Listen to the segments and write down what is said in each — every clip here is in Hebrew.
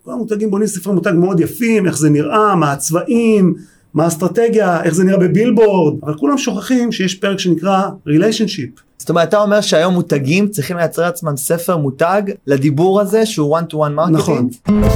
כל המותגים בונים ספרי מותג מאוד יפים, איך זה נראה, מה הצבעים, מה האסטרטגיה, איך זה נראה בבילבורד, אבל כולם שוכחים שיש פרק שנקרא Relationship. זאת אומרת, אתה אומר שהיום מותגים צריכים לייצר עצמם ספר מותג לדיבור הזה שהוא one-to-one מרקטינג? נכון.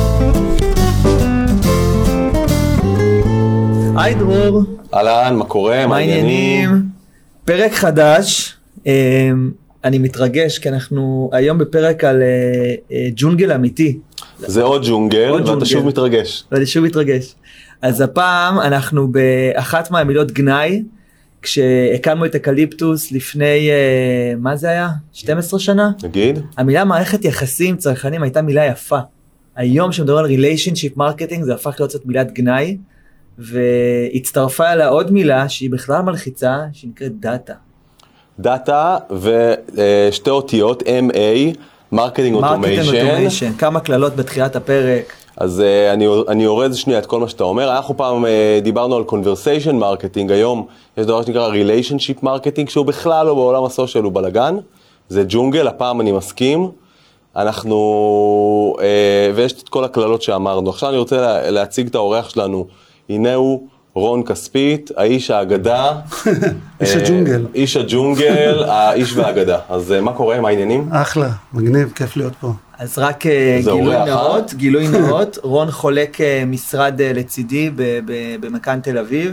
היי דרור. אהלן, מה קורה? מה העניינים? פרק חדש, אני מתרגש כי אנחנו היום בפרק על ג'ונגל אמיתי. זה עוד ג'ונגל, ואתה שוב מתרגש. ואני שוב מתרגש. אז הפעם אנחנו באחת מהמילות גנאי, כשהקמנו את אקליפטוס לפני, מה זה היה? 12 שנה? נגיד. המילה מערכת יחסים צרכנים הייתה מילה יפה. היום שמדבר על Relationship Marketing זה הפך להיות מילת גנאי, והצטרפה אליה עוד מילה שהיא בכלל מלחיצה, שהיא נקראת דאטה. דאטה ושתי אותיות, MA, מרקטינג אוטומיישן. כמה כללות בתחילת הפרק. אז אני יורד שנייה את כל מה שאתה אומר. אנחנו פעם דיברנו על conversation marketing, היום יש דבר שנקרא relationship marketing, שהוא בכלל לא בעולם הסושיאל, הוא בלגן. זה ג'ונגל, הפעם אני מסכים. ויש את כל הכללות שאמרנו. עכשיו אני רוצה להציג את האורח שלנו. הנה הוא רון כספית, האיש האגדה. איש הג'ונגל. איש הג'ונגל, האיש והאגדה. אז מה קורה? מה העניינים? אחלה, מגניב, כיף להיות פה. אז רק גילוי נאות, רון חולק משרד לצידי במכאן תל אביב,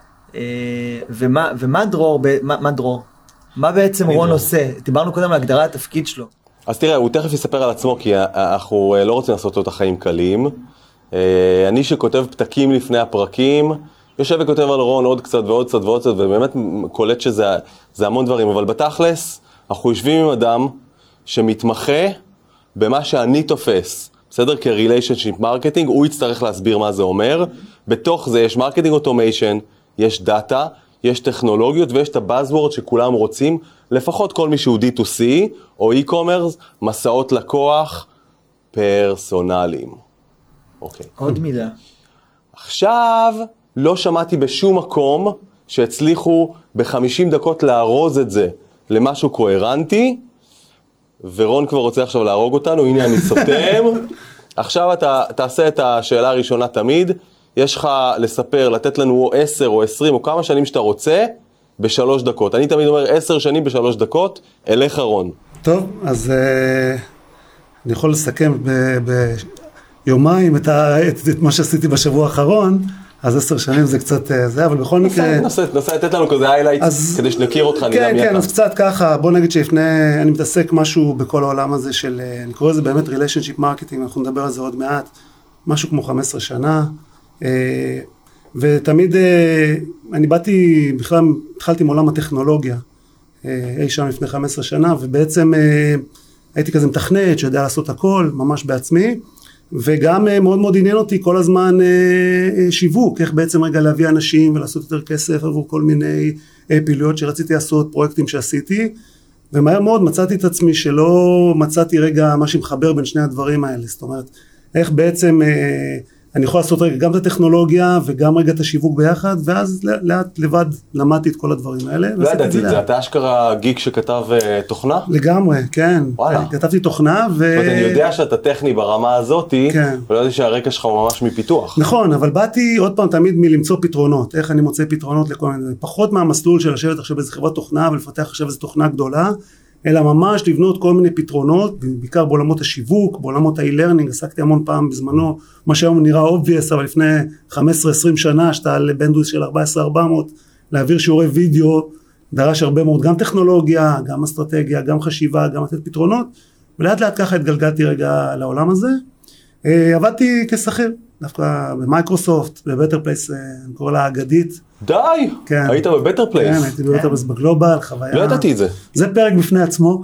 ומה דרור? מה בעצם רון עושה? דיברנו קודם על הגדרת התפקיד שלו. אז תראה, הוא תכף יספר על עצמו, כי אנחנו לא רוצים לעשות לו את החיים קלים. אני שכותב פתקים לפני הפרקים, יושב וכותב על רון עוד קצת ועוד קצת ועוד קצת, ובאמת קולט שזה המון דברים, אבל בתכלס, אנחנו יושבים עם אדם שמתמחה במה שאני תופס, בסדר? כ-relationship marketing, הוא יצטרך להסביר מה זה אומר. בתוך זה יש marketing automation, יש דאטה, יש טכנולוגיות ויש את הבאזוורד שכולם רוצים, לפחות כל מי שהוא D2C או e-commerce, מסעות לקוח פרסונליים. אוקיי. עוד מילה. עכשיו, לא שמעתי בשום מקום שהצליחו ב-50 דקות להרוז את זה למשהו קוהרנטי, ורון כבר רוצה עכשיו להרוג אותנו, הנה אני סותם. עכשיו אתה תעשה את השאלה הראשונה תמיד, יש לך לספר, לתת לנו 10 או 20 או כמה שנים שאתה רוצה, ב3 דקות. אני תמיד אומר 10 שנים ב3 דקות, אליך רון. טוב, אז אני יכול לסכם ביומיים את מה שעשיתי בשבוע האחרון, אז 10 שנים זה קצת זה, אבל בכל מקרה... נסה לתת לנו כזה היילייט, כדי שנכיר אותך, נדע מי אתה. כן, אז קצת ככה, בוא נגיד שלפני, אני מתעסק משהו בכל העולם הזה של, אני קורא לזה באמת Relationship Marketing, אנחנו נדבר על זה עוד מעט, משהו כמו 15 שנה, ותמיד אני באתי, בכלל התחלתי מעולם הטכנולוגיה, אי שם לפני 15 שנה, ובעצם הייתי כזה מתכנת, שיודע לעשות הכל, ממש בעצמי, וגם מאוד מאוד עניין אותי כל הזמן שיווק, איך בעצם רגע להביא אנשים ולעשות יותר כסף עבור כל מיני פעילויות שרציתי לעשות, פרויקטים שעשיתי, ומהר מאוד מצאתי את עצמי שלא מצאתי רגע מה שמחבר בין שני הדברים האלה, זאת אומרת, איך בעצם אני יכול לעשות רגע גם את הטכנולוגיה וגם רגע את השיווק ביחד, ואז לאט לבד למדתי את כל הדברים האלה. לא ידעתי את זה, אתה אשכרה גיק שכתב תוכנה? לגמרי, כן. וואלה. כתבתי תוכנה אני יודע שאתה טכני ברמה הזאת, ולא יודע שהרקע שלך הוא ממש מפיתוח. נכון, אבל באתי עוד פעם תמיד מלמצוא פתרונות, איך אני מוצא פתרונות לכל מיני, פחות מהמסלול של לשבת עכשיו באיזה חברת תוכנה ולפתח עכשיו איזו תוכנה גדולה, אלא ממש לבנות כל מיני פתרונות, בעיקר בעולמות השיווק, בעולמות ה-e-learning, עסקתי המון פעם בזמנו, מה שהיום נראה obvious, אבל לפני 15-20 שנה, שאתה על בנדווית' של 14,400, להעביר שיעורי וידאו, דרש הרבה מאוד, גם טכנולוגיה, גם אסטרטגיה, גם חשיבה, גם לתת פתרונות, ולאט לאט ככה התגלגלתי רגע לעולם הזה. עבדתי כשכיר, דווקא במייקרוסופט, בבטר פלייס, אני קורא לה אגדית. די! כן. היית בבטר פלייס? כן, הייתי בבטר פלייס בגלובל, חוויה. לא ידעתי את זה. זה פרק בפני עצמו,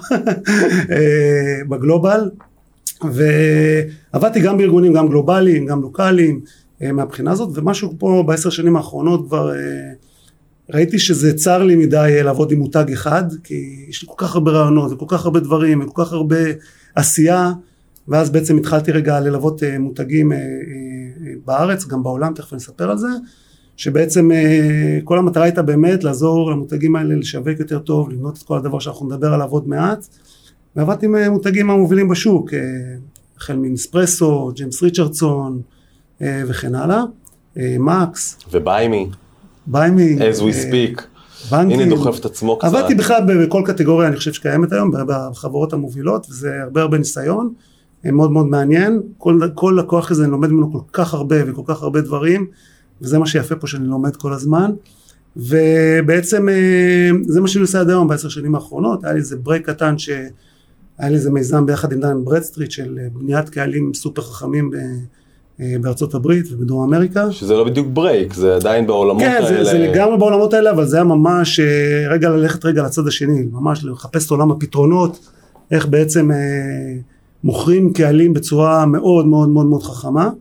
בגלובל, ועבדתי גם בארגונים, גם גלובליים, גם לוקליים, מהבחינה הזאת, ומשהו פה ב10 שנים האחרונות כבר ראיתי שזה צר לי מדי לעבוד עם מותג אחד, כי יש לי כל כך הרבה רעיונות, וכל כך הרבה דברים, וכל כך הרבה עשייה, ואז בעצם התחלתי רגע ללוות מותגים בארץ, גם בעולם, תכף נספר על זה, שבעצם כל המטרה הייתה באמת לעזור למותגים האלה לשווק יותר טוב, לבנות את כל הדבר שאנחנו נדבר עליו עוד מעט, ועבדתי עם מותגים המובילים בשוק, החל מנספרסו, ג'יימס ריצ'רדסון וכן הלאה, מקס. וביימי. ביימי. As we speak. בנקים. הנה דוחף את עצמו קצת. עבדתי בכלל בכל קטגוריה, אני חושב שקיימת היום, בחברות המובילות, וזה הרבה ניסיון, מאוד מאוד מעניין, כל לקוח כזה אני לומד ממנו כל כך הרבה וכל כך הרבה דברים, וזה מה שיפה פה שאני לומד כל הזמן, ובעצם זה מה שאני עושה עד היום ב10 שנים האחרונות, היה לי איזה ברייק קטן שהיה לי איזה מיזם ביחד עם דן ברדסטריט של בניית קהלים סופר חכמים בארצות הברית ובדרום אמריקה. שזה לא בדיוק ברייק, זה עדיין בעולמות האלה. כן, זה לגמרי בעולמות האלה, אבל זה היה ממש ללכת לצד השני, ממש לחפש את עולם הפתרונות, איך בעצם מוכרים קהלים בצורה מאוד מאוד מאוד מאוד חכמה,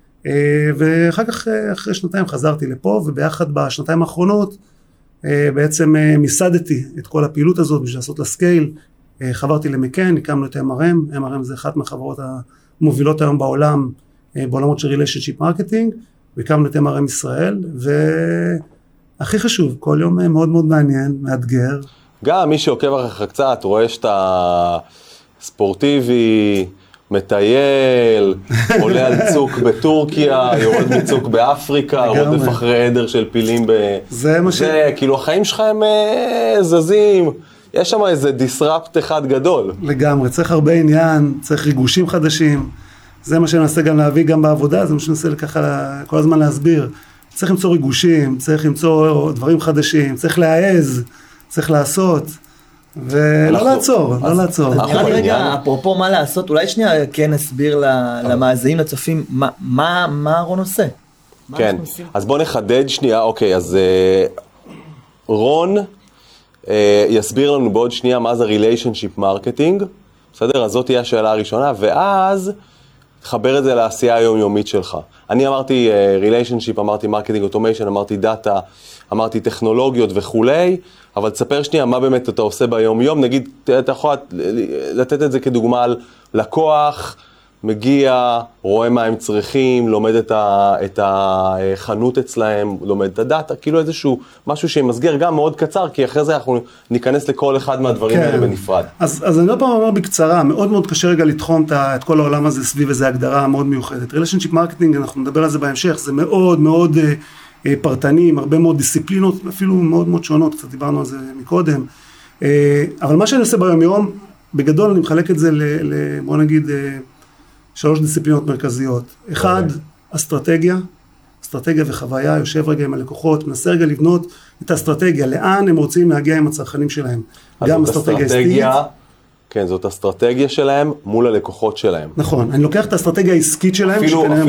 ואחר כך אחרי שנתיים חזרתי לפה, וביחד בשנתיים האחרונות בעצם מיסדתי את כל הפעילות הזאת בשביל לעשות לה סקייל, חברתי למקן, הקמנו את MRM זה אחת מהחברות המובילות היום בעולם, בעולמות של ריליישנשיפ מרקטינג, והקמנו את MRM ישראל, והכי חשוב, כל יום מאוד מאוד מעניין, מאתגר. גם מי שעוקב אחריך קצת, רואה שאתה ספורטיבי, מטייל, עולה על צוק בטורקיה, יורד מצוק באפריקה, רודף אחרי עדר של פילים זה כאילו החיים שלך הם זזים, יש שם איזה דיסרפט אחד גדול. לגמרי, צריך הרבה עניין, צריך ריגושים חדשים, זה מה שננסה גם להביא גם בעבודה, זה מה שננסה ככה כל הזמן להסביר. צריך למצוא ריגושים, צריך למצוא דברים חדשים, צריך להעז, צריך לעשות, ולא לעצור, לא לעצור. אז נראה לי רגע, אפרופו מה לעשות, אולי שנייה כן נסביר למאזינים, לצופים, מה רון עושה? כן, אז בוא נחדד שנייה, אוקיי, אז רון יסביר לנו בעוד שנייה מה זה ריליישנשיפ מרקטינג, בסדר? אז זאת תהיה השאלה הראשונה, ואז תחבר את זה לעשייה היומיומית שלך. אני אמרתי ריליישנשיפ, אמרתי מרקטינג אוטומיישן, אמרתי דאטה, אמרתי טכנולוגיות וכולי, אבל תספר שנייה מה באמת אתה עושה ביום יום, נגיד, אתה יכול לתת את זה כדוגמה על לקוח, מגיע, רואה מה הם צריכים, לומד את החנות אצלהם, לומד את הדאטה, כאילו איזשהו משהו שמסגר גם מאוד קצר, כי אחרי זה אנחנו ניכנס לכל אחד מהדברים האלה בנפרד. אז אני לא פעם אומר בקצרה, מאוד מאוד קשה רגע לתחום את כל העולם הזה סביב איזו הגדרה מאוד מיוחדת. ריליישנשיפ מרקטינג, אנחנו נדבר על זה בהמשך, זה מאוד מאוד פרטני, עם הרבה מאוד דיסציפלינות, אפילו מאוד מאוד שונות, קצת דיברנו על זה מקודם. אבל מה שאני עושה ביום יום, בגדול אני מחלק את זה בוא נגיד 3 דיסציפלינות מרכזיות. אחד, אסטרטגיה וחוויה, יושב רגע עם הלקוחות, מנסה רגע לבנות את האסטרטגיה, לאן הם רוצים להגיע עם הצרכנים שלהם. גם אסטרטגיה עסקית. כן, זאת אסטרטגיה שלהם מול הלקוחות שלהם. נכון, אני לוקח את האסטרטגיה העסקית שלהם.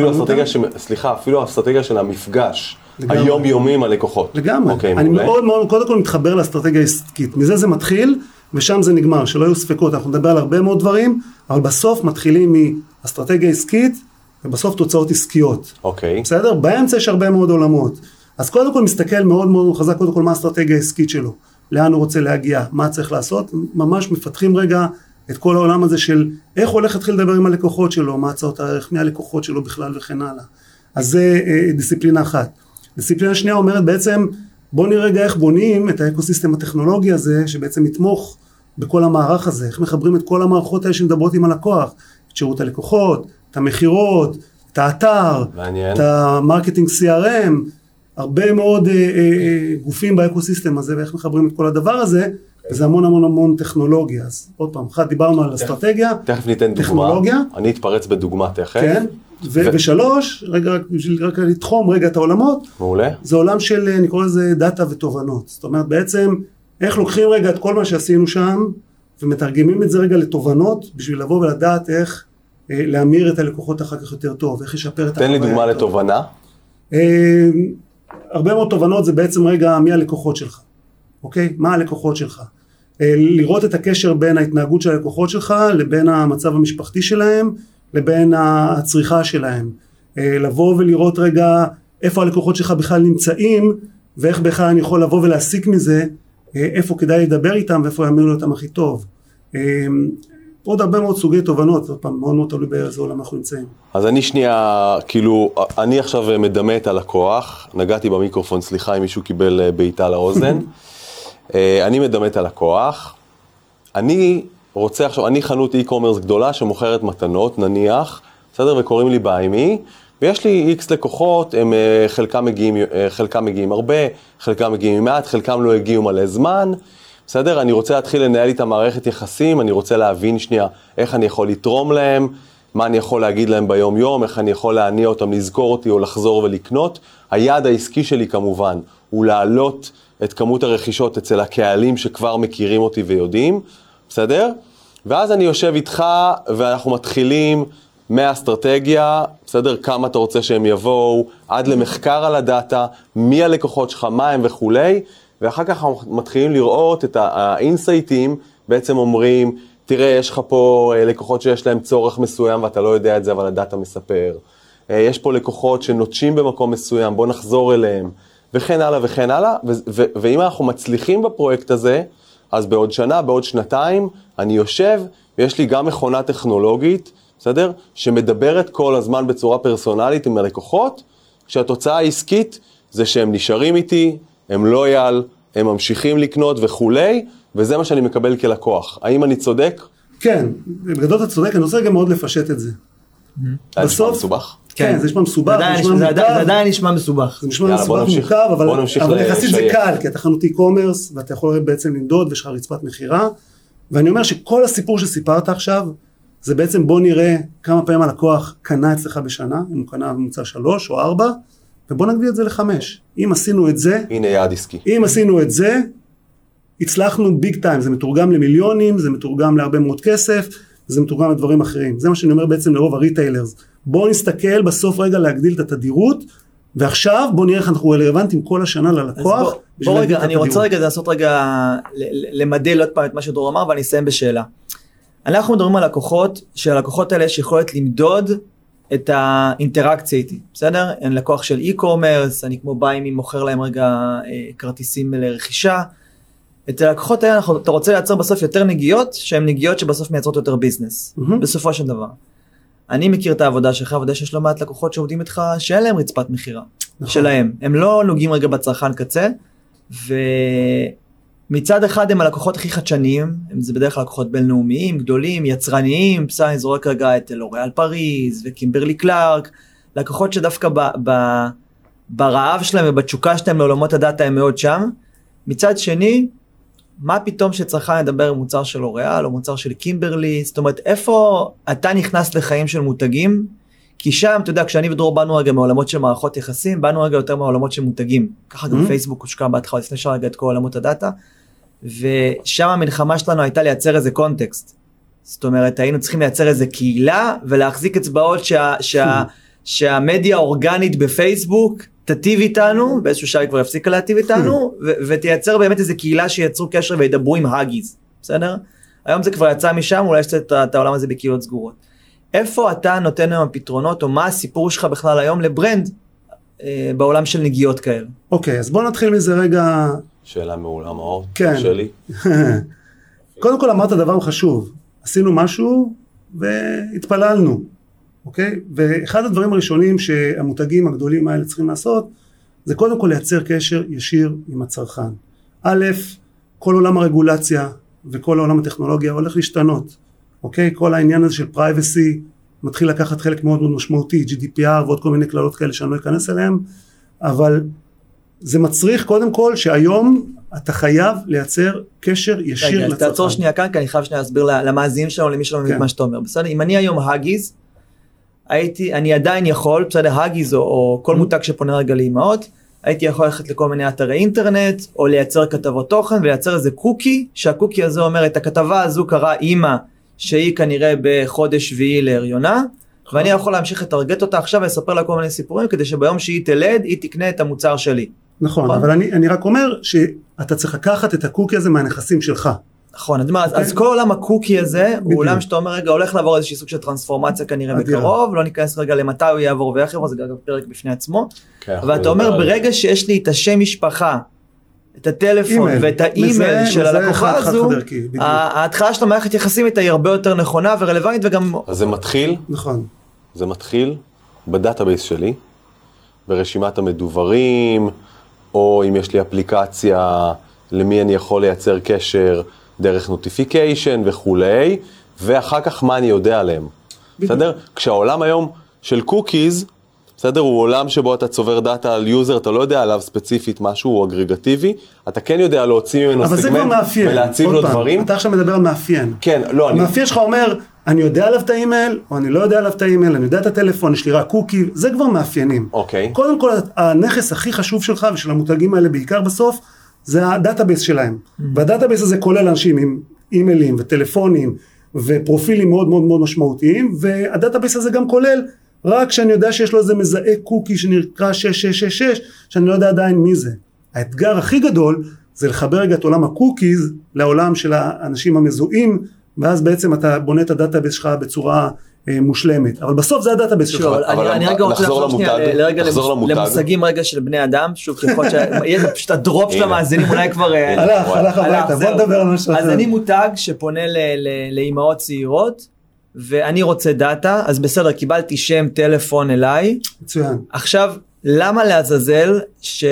אפילו האסטרטגיה של המפגש, היומיומי עם הלקוחות. לגמרי. אני מאוד מאוד, קודם כל מתחבר לאסטרטגיה העסקית. מזה זה מתחיל, ושם זה נגמר, שלא יהיו ספקות. אנחנו נדבר על הרבה מאוד דברים, אבל בסוף מתחילים מאסטרטגיה עסקית, ובסוף תוצאות עסקיות. אוקיי. בסדר? באמצע יש הרבה מאוד עולמות. אז קודם כל מסתכל מאוד מאוד חזק, קודם כל מה האסטרטגיה העסקית שלו. לאן הוא רוצה להגיע, מה צריך לעשות. ממש מפתחים רגע את כל העולם הזה של איך הוא הולך להתחיל לדבר עם הלקוחות שלו, מה הצעות הערך, מי הלקוחות שלו בכלל וכן הלאה. אז זה דיסציפלינה אחת. דיסציפלינה שנייה אומרת בעצם, בוא נראה רגע איך בונים את האקוסיסטם הטכנולוגי הזה, שבעצם יתמוך בכל המערך הזה, איך מחברים את כל המערכות האלה שמדברות עם הלקוח, את שירות הלקוחות, את המחירות, את האתר, את המרקטינג CRM, הרבה מאוד גופים באקוסיסטם הזה, ואיך מחברים את כל הדבר הזה, וזה המון המון המון טכנולוגיה. אז עוד פעם, אחד דיברנו על אסטרטגיה, תכף ניתן דוגמה, אני אתפרץ בדוגמה תכף. כן, ושלוש, רגע, בשביל רק לתחום רגע את העולמות, מעולה. זה עולם של, אני קורא לזה דאטה ותובנות. זאת אומרת, בעצם, איך לוקחים רגע את כל מה שעשינו שם, ומתרגמים את זה רגע לתובנות, בשביל לבוא ולדעת איך להמיר את הלקוחות אחר כך יותר טוב, איך לשפר את תן לי דוגמה לתובנה. הרבה מאוד תובנות זה בעצם רגע מי הלקוחות שלך, אוקיי? מה הלקוחות שלך? לראות את הקשר בין ההתנהגות של הלקוחות שלך, לבין המצב המשפחתי שלהם, לבין הצריכה שלהם. לבוא ולראות רגע איפה הלקוחות שלך בכלל נמצאים, ואיך בכלל אני יכול לבוא ולהסיק מזה, איפה כדאי לדבר איתם, ואיפה יאמר לו אותם הכי טוב. עוד הרבה מאוד סוגי תובנות, עוד פעם, מאוד מאוד תלוי באיזה עולם אנחנו נמצאים. אז אני שנייה, כאילו, אני עכשיו מדמה את הלקוח, נגעתי במיקרופון, סליחה אם מישהו קיבל בעיטה לאוזן, אני מדמה את הלקוח, אני רוצה עכשיו, אני חנות e-commerce גדולה שמוכרת מתנות, נניח, בסדר? וקוראים לי ביימי, ויש לי X לקוחות, הם חלקם מגיעים הרבה, חלקם מגיעים מעט, חלקם לא הגיעו מלא זמן, בסדר? אני רוצה להתחיל לנהל איתם מערכת יחסים, אני רוצה להבין שנייה איך אני יכול לתרום להם, מה אני יכול להגיד להם ביום יום, איך אני יכול להניע אותם לזכור אותי או לחזור ולקנות. היעד העסקי שלי כמובן הוא להעלות את כמות הרכישות אצל הקהלים שכבר מכירים אותי ויודעים, בסדר? ואז אני יושב איתך ואנחנו מתחילים מהאסטרטגיה, בסדר? כמה אתה רוצה שהם יבואו, עד למחקר על הדאטה, מי הלקוחות שלך, מה הם וכולי, ואחר כך אנחנו מתחילים לראות את האינסייטים, בעצם אומרים, תראה, יש לך פה לקוחות שיש להם צורך מסוים ואתה לא יודע את זה, אבל הדאטה מספר. יש פה לקוחות שנוטשים במקום מסוים, בוא נחזור אליהם, וכן הלאה וכן הלאה, ואם אנחנו מצליחים בפרויקט הזה, אז בעוד שנה, בעוד שנתיים, אני יושב ויש לי גם מכונה טכנולוגית, בסדר? שמדברת כל הזמן בצורה פרסונלית עם הלקוחות, שהתוצאה העסקית זה שהם נשארים איתי, הם לויאל, הם ממשיכים לקנות וכולי, וזה מה שאני מקבל כלקוח. האם אני צודק? כן, בגדול אתה צודק, אני רוצה רגע מאוד לפשט את זה. זה נשמע מסובך? כן, זה נשמע מסובך, זה עדיין נשמע מסובך. זה נשמע מסובך מורכב, אבל יחסית זה קל, כי אתה חנות e-commerce, ואתה יכול בעצם למדוד, ויש לך רצפת מחירה, ואני אומר שכל הסיפור שסיפרת עכשיו, זה בעצם בוא נראה כמה פעמים הלקוח קנה אצלך בשנה, אם הוא קנה בממוצע 3 או 4, ובוא נגדיל את זה ל5. אם עשינו את זה, הנה יעד עסקי. אם עשינו את זה, הצלחנו ביג טיים, זה מתורגם למיליונים, זה מתורגם להרבה מאוד כסף, זה מתורגם לדברים אחרים. זה מה שאני אומר בעצם לרוב הריטיילרס. בואו נסתכל בסוף רגע להגדיל את התדירות, ועכשיו בואו נראה איך אנחנו רלוונטיים כל השנה ללקוח. בוא רגע, אני רוצה רגע לעשות רגע, למדל עוד פעם את מה שדרור אמר, ואני אסיים בשאלה. אנחנו מדברים על לקוחות, שהלקוחות האלה יש יכולת למדוד את האינטראקציה איתי, בסדר? אין לקוח של e-commerce, אני כמו ביימי מוכר להם רגע כרטיסים לרכישה. את הלקוחות האלה אתה רוצה לייצר בסוף יותר נגיעות, שהן נגיעות שבסוף מייצרות יותר ביזנס, בסופו של דבר. אני מכיר את העבודה שלך, העבודה שיש לא מעט לקוחות שעובדים איתך, שאין להם רצפת מחירה שלהם. הם לא נוגעים רגע בצרכן קצה, ומצד אחד הם הלקוחות הכי חדשניים, זה בדרך כלל לקוחות בינלאומיים, גדולים, יצרניים, אני זורק רגע את לוריאל פריז וקימברלי קלארק, לקוחות שדווקא ברעב שלהם ובתשוקה שלהם לעולמות הדאטה הם מאוד שם. מצד שני, מה פתאום שצרכן לדבר עם מוצר של לוריאל או מוצר של קימברלי, זאת אומרת, איפה אתה נכנס לחיים של מותגים? כי שם, אתה יודע, כשאני ודרור באנו רגע מעולמות של מערכות יחסים, באנו רגע יותר מעולמות של מותגים. ככה גם פייסבוק הושקע בהתחלה, לפני שעה רגע את כל עולמות הדאטה, ושם המלחמה שלנו הייתה לייצר איזה קונטקסט. זאת אומרת, היינו צריכים לייצר איזה קהילה, ולהחזיק אצבעות שהמדיה האורגנית בפייסבוק תטיב איתנו, באיזשהו שעה כבר יפסיקה להטיב איתנו, ותייצר באמת איזו קהילה שיצרו קשר וידברו עם הגיז, בסדר? היום זה כבר יצא משם, אולי יש את העולם הזה בקהילות סגורות. איפה אתה נותן היום הפתרונות, או מה הסיפור שלך בכלל היום לברנד, בעולם של נגיעות כאלה? אוקיי, אז בואו נתחיל מזה רגע. שאלה מעולה מאוד, כן. שלי. קודם כל אמרת דבר חשוב, עשינו משהו והתפללנו. אוקיי? ואחד הדברים הראשונים שהמותגים הגדולים האלה צריכים לעשות, זה קודם כל לייצר קשר ישיר עם הצרכן. א', כל עולם הרגולציה וכל העולם הטכנולוגיה הולך להשתנות. אוקיי? כל העניין הזה של privacy מתחיל לקחת חלק מאוד מאוד משמעותי, GDPR ועוד כל מיני כללות כאלה שאני לא אכנס אליהם, אבל זה מצריך קודם כל שהיום אתה חייב לייצר קשר ישיר לצרכן. תעצור שנייה כאן, כי אני חייב שנייה להסביר למאזינים שלנו, למי שלא מבין מה שאתה אומר. בסדר? אם אני היום הגיז, אני עדיין יכול, בסדר, הגיז או כל מותג שפונה רגע לאמהות, הייתי יכול ללכת לכל מיני אתרי אינטרנט, או לייצר כתבות תוכן, ולייצר איזה קוקי, שהקוקי הזה אומר, את הכתבה הזו קרא אימא, שהיא כנראה בחודש שביעי להריונה, ואני יכול להמשיך לטרגט אותה עכשיו, ולספר לה כל מיני סיפורים, כדי שביום שהיא תלד, היא תקנה את המוצר שלי. נכון, אבל אני רק אומר, שאתה צריך לקחת את הקוקי הזה מהנכסים שלך. נכון, אז כל עולם הקוקי הזה, הוא עולם שאתה אומר רגע, הולך לעבור איזושהי סוג של טרנספורמציה כנראה בקרוב, לא ניכנס רגע למתי הוא יעבור ואיך יעבור, זה גם פרק בפני עצמו, ואתה אומר ברגע שיש לי את השם משפחה, את הטלפון ואת האימייל של הלקוחה הזו, ההתחלה של המערכת יחסים איתה היא הרבה יותר נכונה ורלוונטית וגם... אז זה מתחיל, נכון. זה מתחיל בדאטאבייס שלי, ברשימת המדוברים, או אם יש לי אפליקציה, למי אני יכול לייצר קשר, דרך נוטיפיקיישן וכולי, ואחר כך מה אני יודע עליהם. בסדר? כשהעולם היום של קוקיז, בסדר? הוא עולם שבו אתה צובר דאטה על יוזר, אתה לא יודע עליו ספציפית משהו, הוא אגרגטיבי, אתה כן יודע להוציא ממנו סגמנט ולהציב לו דברים. אתה עכשיו מדבר על מאפיין. כן, לא, המאפיין שלך אומר, אני יודע עליו את האימייל, או אני לא יודע עליו את האימייל, אני יודע את הטלפון, יש לי רק קוקי, זה כבר מאפיינים. אוקיי. קודם כל, הנכס הכי חשוב שלך ושל המותגים האלה בעיקר בסוף, זה הדאטאבייס שלהם. והדאטאבייס הזה כולל אנשים עם אימיילים וטלפונים ופרופילים מאוד מאוד מאוד משמעותיים, והדאטאבייס הזה גם כולל רק שאני יודע שיש לו איזה מזהה קוקי שנקרא 6666, שאני לא יודע עדיין מי זה. האתגר הכי גדול זה לחבר רגע את עולם הקוקיז לעולם של האנשים המזוהים, ואז בעצם אתה בונה את הדאטאבייס שלך בצורה מושלמת. אבל בסוף זה הדאטאבייס שלך. אני רגע רוצה לחזור שנייה למושגים רגע של בני אדם, שוב, יכול להיות שיהיה פשוט הדרופ של המאזינים, אולי כבר הלך הביתה, בוא נדבר על משהו אחר. אז אני מותג שפונה לאימהות צעירות, ואני רוצה דאטה, אז בסדר, קיבלתי שם, טלפון אליי. מצוין. עכשיו, למה לעזאזל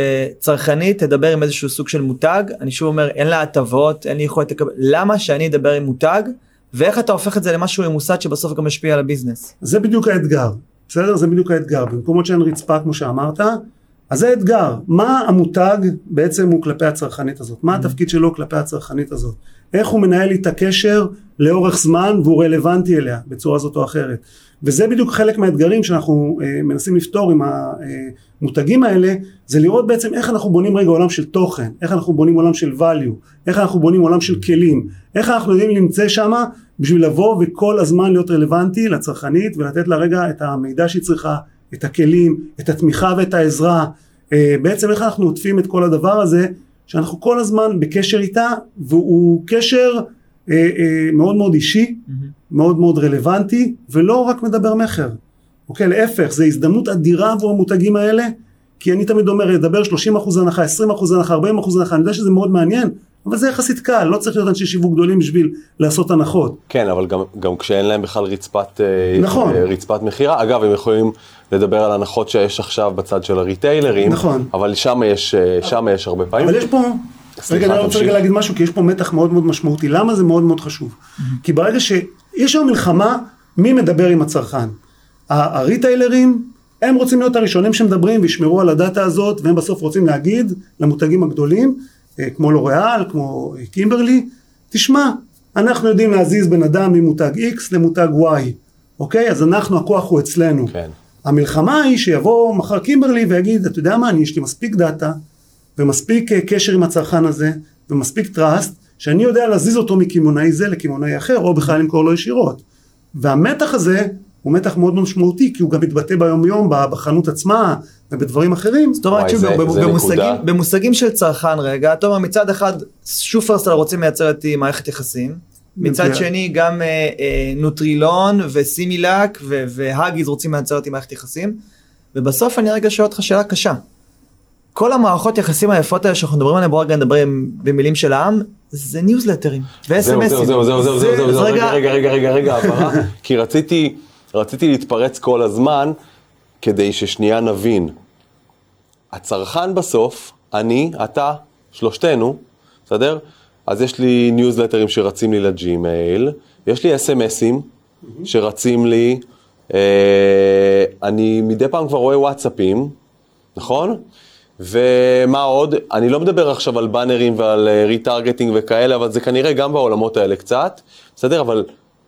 שצרכנית תדבר עם איזשהו סוג של מותג? אני שוב אומר, אין לה הטבות, אין לי יכולת לקבל. למה שאני אדבר עם מותג? ואיך אתה הופך את זה למשהו ממוסד שבסוף גם משפיע על הביזנס? זה בדיוק האתגר. בסדר? זה בדיוק האתגר. במקומות שאין רצפה, כמו שאמרת, אז זה האתגר. מה המותג בעצם הוא כלפי הצרכנית הזאת? מה התפקיד שלו כלפי הצרכנית הזאת? איך הוא מנהל איתה קשר לאורך זמן והוא רלוונטי אליה בצורה זאת או אחרת. וזה בדיוק חלק מהאתגרים שאנחנו מנסים לפתור עם המותגים האלה, זה לראות בעצם איך אנחנו בונים רגע עולם של תוכן, איך אנחנו בונים עולם של value, איך אנחנו בונים עולם של כלים, איך אנחנו יודעים למצא שמה בשביל לבוא וכל הזמן להיות רלוונטי לצרכנית ולתת לה רגע את המידע שהיא צריכה, את הכלים, את התמיכה ואת העזרה, בעצם איך אנחנו עוטפים את כל הדבר הזה, שאנחנו כל הזמן בקשר איתה, והוא קשר מאוד מאוד אישי, מאוד מאוד רלוונטי, ולא רק מדבר מחר. אוקיי, להפך, זה הזדמנות אדירה עבור המותגים האלה, כי אני תמיד אומר, לדבר 30% הנחה, 20% הנחה, 40% הנחה, אני יודע שזה מאוד מעניין, אבל זה יחסית קל, לא צריך להיות אנשי שיווק גדולים בשביל לעשות הנחות. כן, אבל גם כשאין להם בכלל נכון. רצפת מחירה, אגב, הם יכולים לדבר על הנחות שיש עכשיו בצד של הריטיילרים, נכון. אבל שם יש הרבה פעמים. אבל יש פה, רגע, אני רוצה להגיד משהו, כי יש פה מתח מאוד מאוד משמעותי. למה זה מאוד מאוד חשוב? כי ברגע שיש שם מלחמה, מי מדבר עם הצרכן? הריטיילרים, הם רוצים להיות הראשונים שמדברים וישמרו על הדאטה הזאת, והם בסוף רוצים להגיד למותגים הגדולים, כמו לוריאל, כמו קימברלי, תשמע, אנחנו יודעים להזיז בן אדם ממותג X למותג Y, אוקיי? אז הכוח הוא אצלנו. כן. המלחמה היא שיבוא מחר קימברלי ויגיד, אתה יודע מה, יש לי מספיק דאטה, ומספיק קשר עם הצרכן הזה, ומספיק טראסט, שאני יודע להזיז אותו מכימונאי זה לכימונאי אחר, או בכלל למכור לו ישירות. והמתח הזה הוא מתח מאוד משמעותי, כי הוא גם מתבטא ביום יום, בחנות עצמה, ובדברים אחרים. זאת אומרת, במושגים של צרכן רגע, אתה אומר, מצד אחד, שופרסל רוצים לייצר איתי מערכת יחסים, מצד שני, גם נוטרילון וסימילק והגיז רוצים לייצר איתי מערכת יחסים, ובסוף אני רגע שואל אותך שאלה קשה. כל המערכות יחסים היפות האלה שאנחנו מדברים עליהם, בואו רגע נדבר במילים של העם, זה ניוזלטרים ו-SMSים. זהו, רגע, עברה, כי רציתי להתפרץ כל הזמן, כדי ששנייה נבין. הצרכן בסוף, אני, אתה, שלושתנו, בסדר? אז יש לי ניוזלטרים שרצים לי לג'ימייל, יש לי SMSים שרצים לי, אני מדי פעם כבר רואה וואטסאפים, נכון? ומה עוד? אני לא מדבר עכשיו על בנרים ועל ריטרגטינג וכאלה, אבל זה כנראה גם בעולמות האלה קצת, בסדר? אבל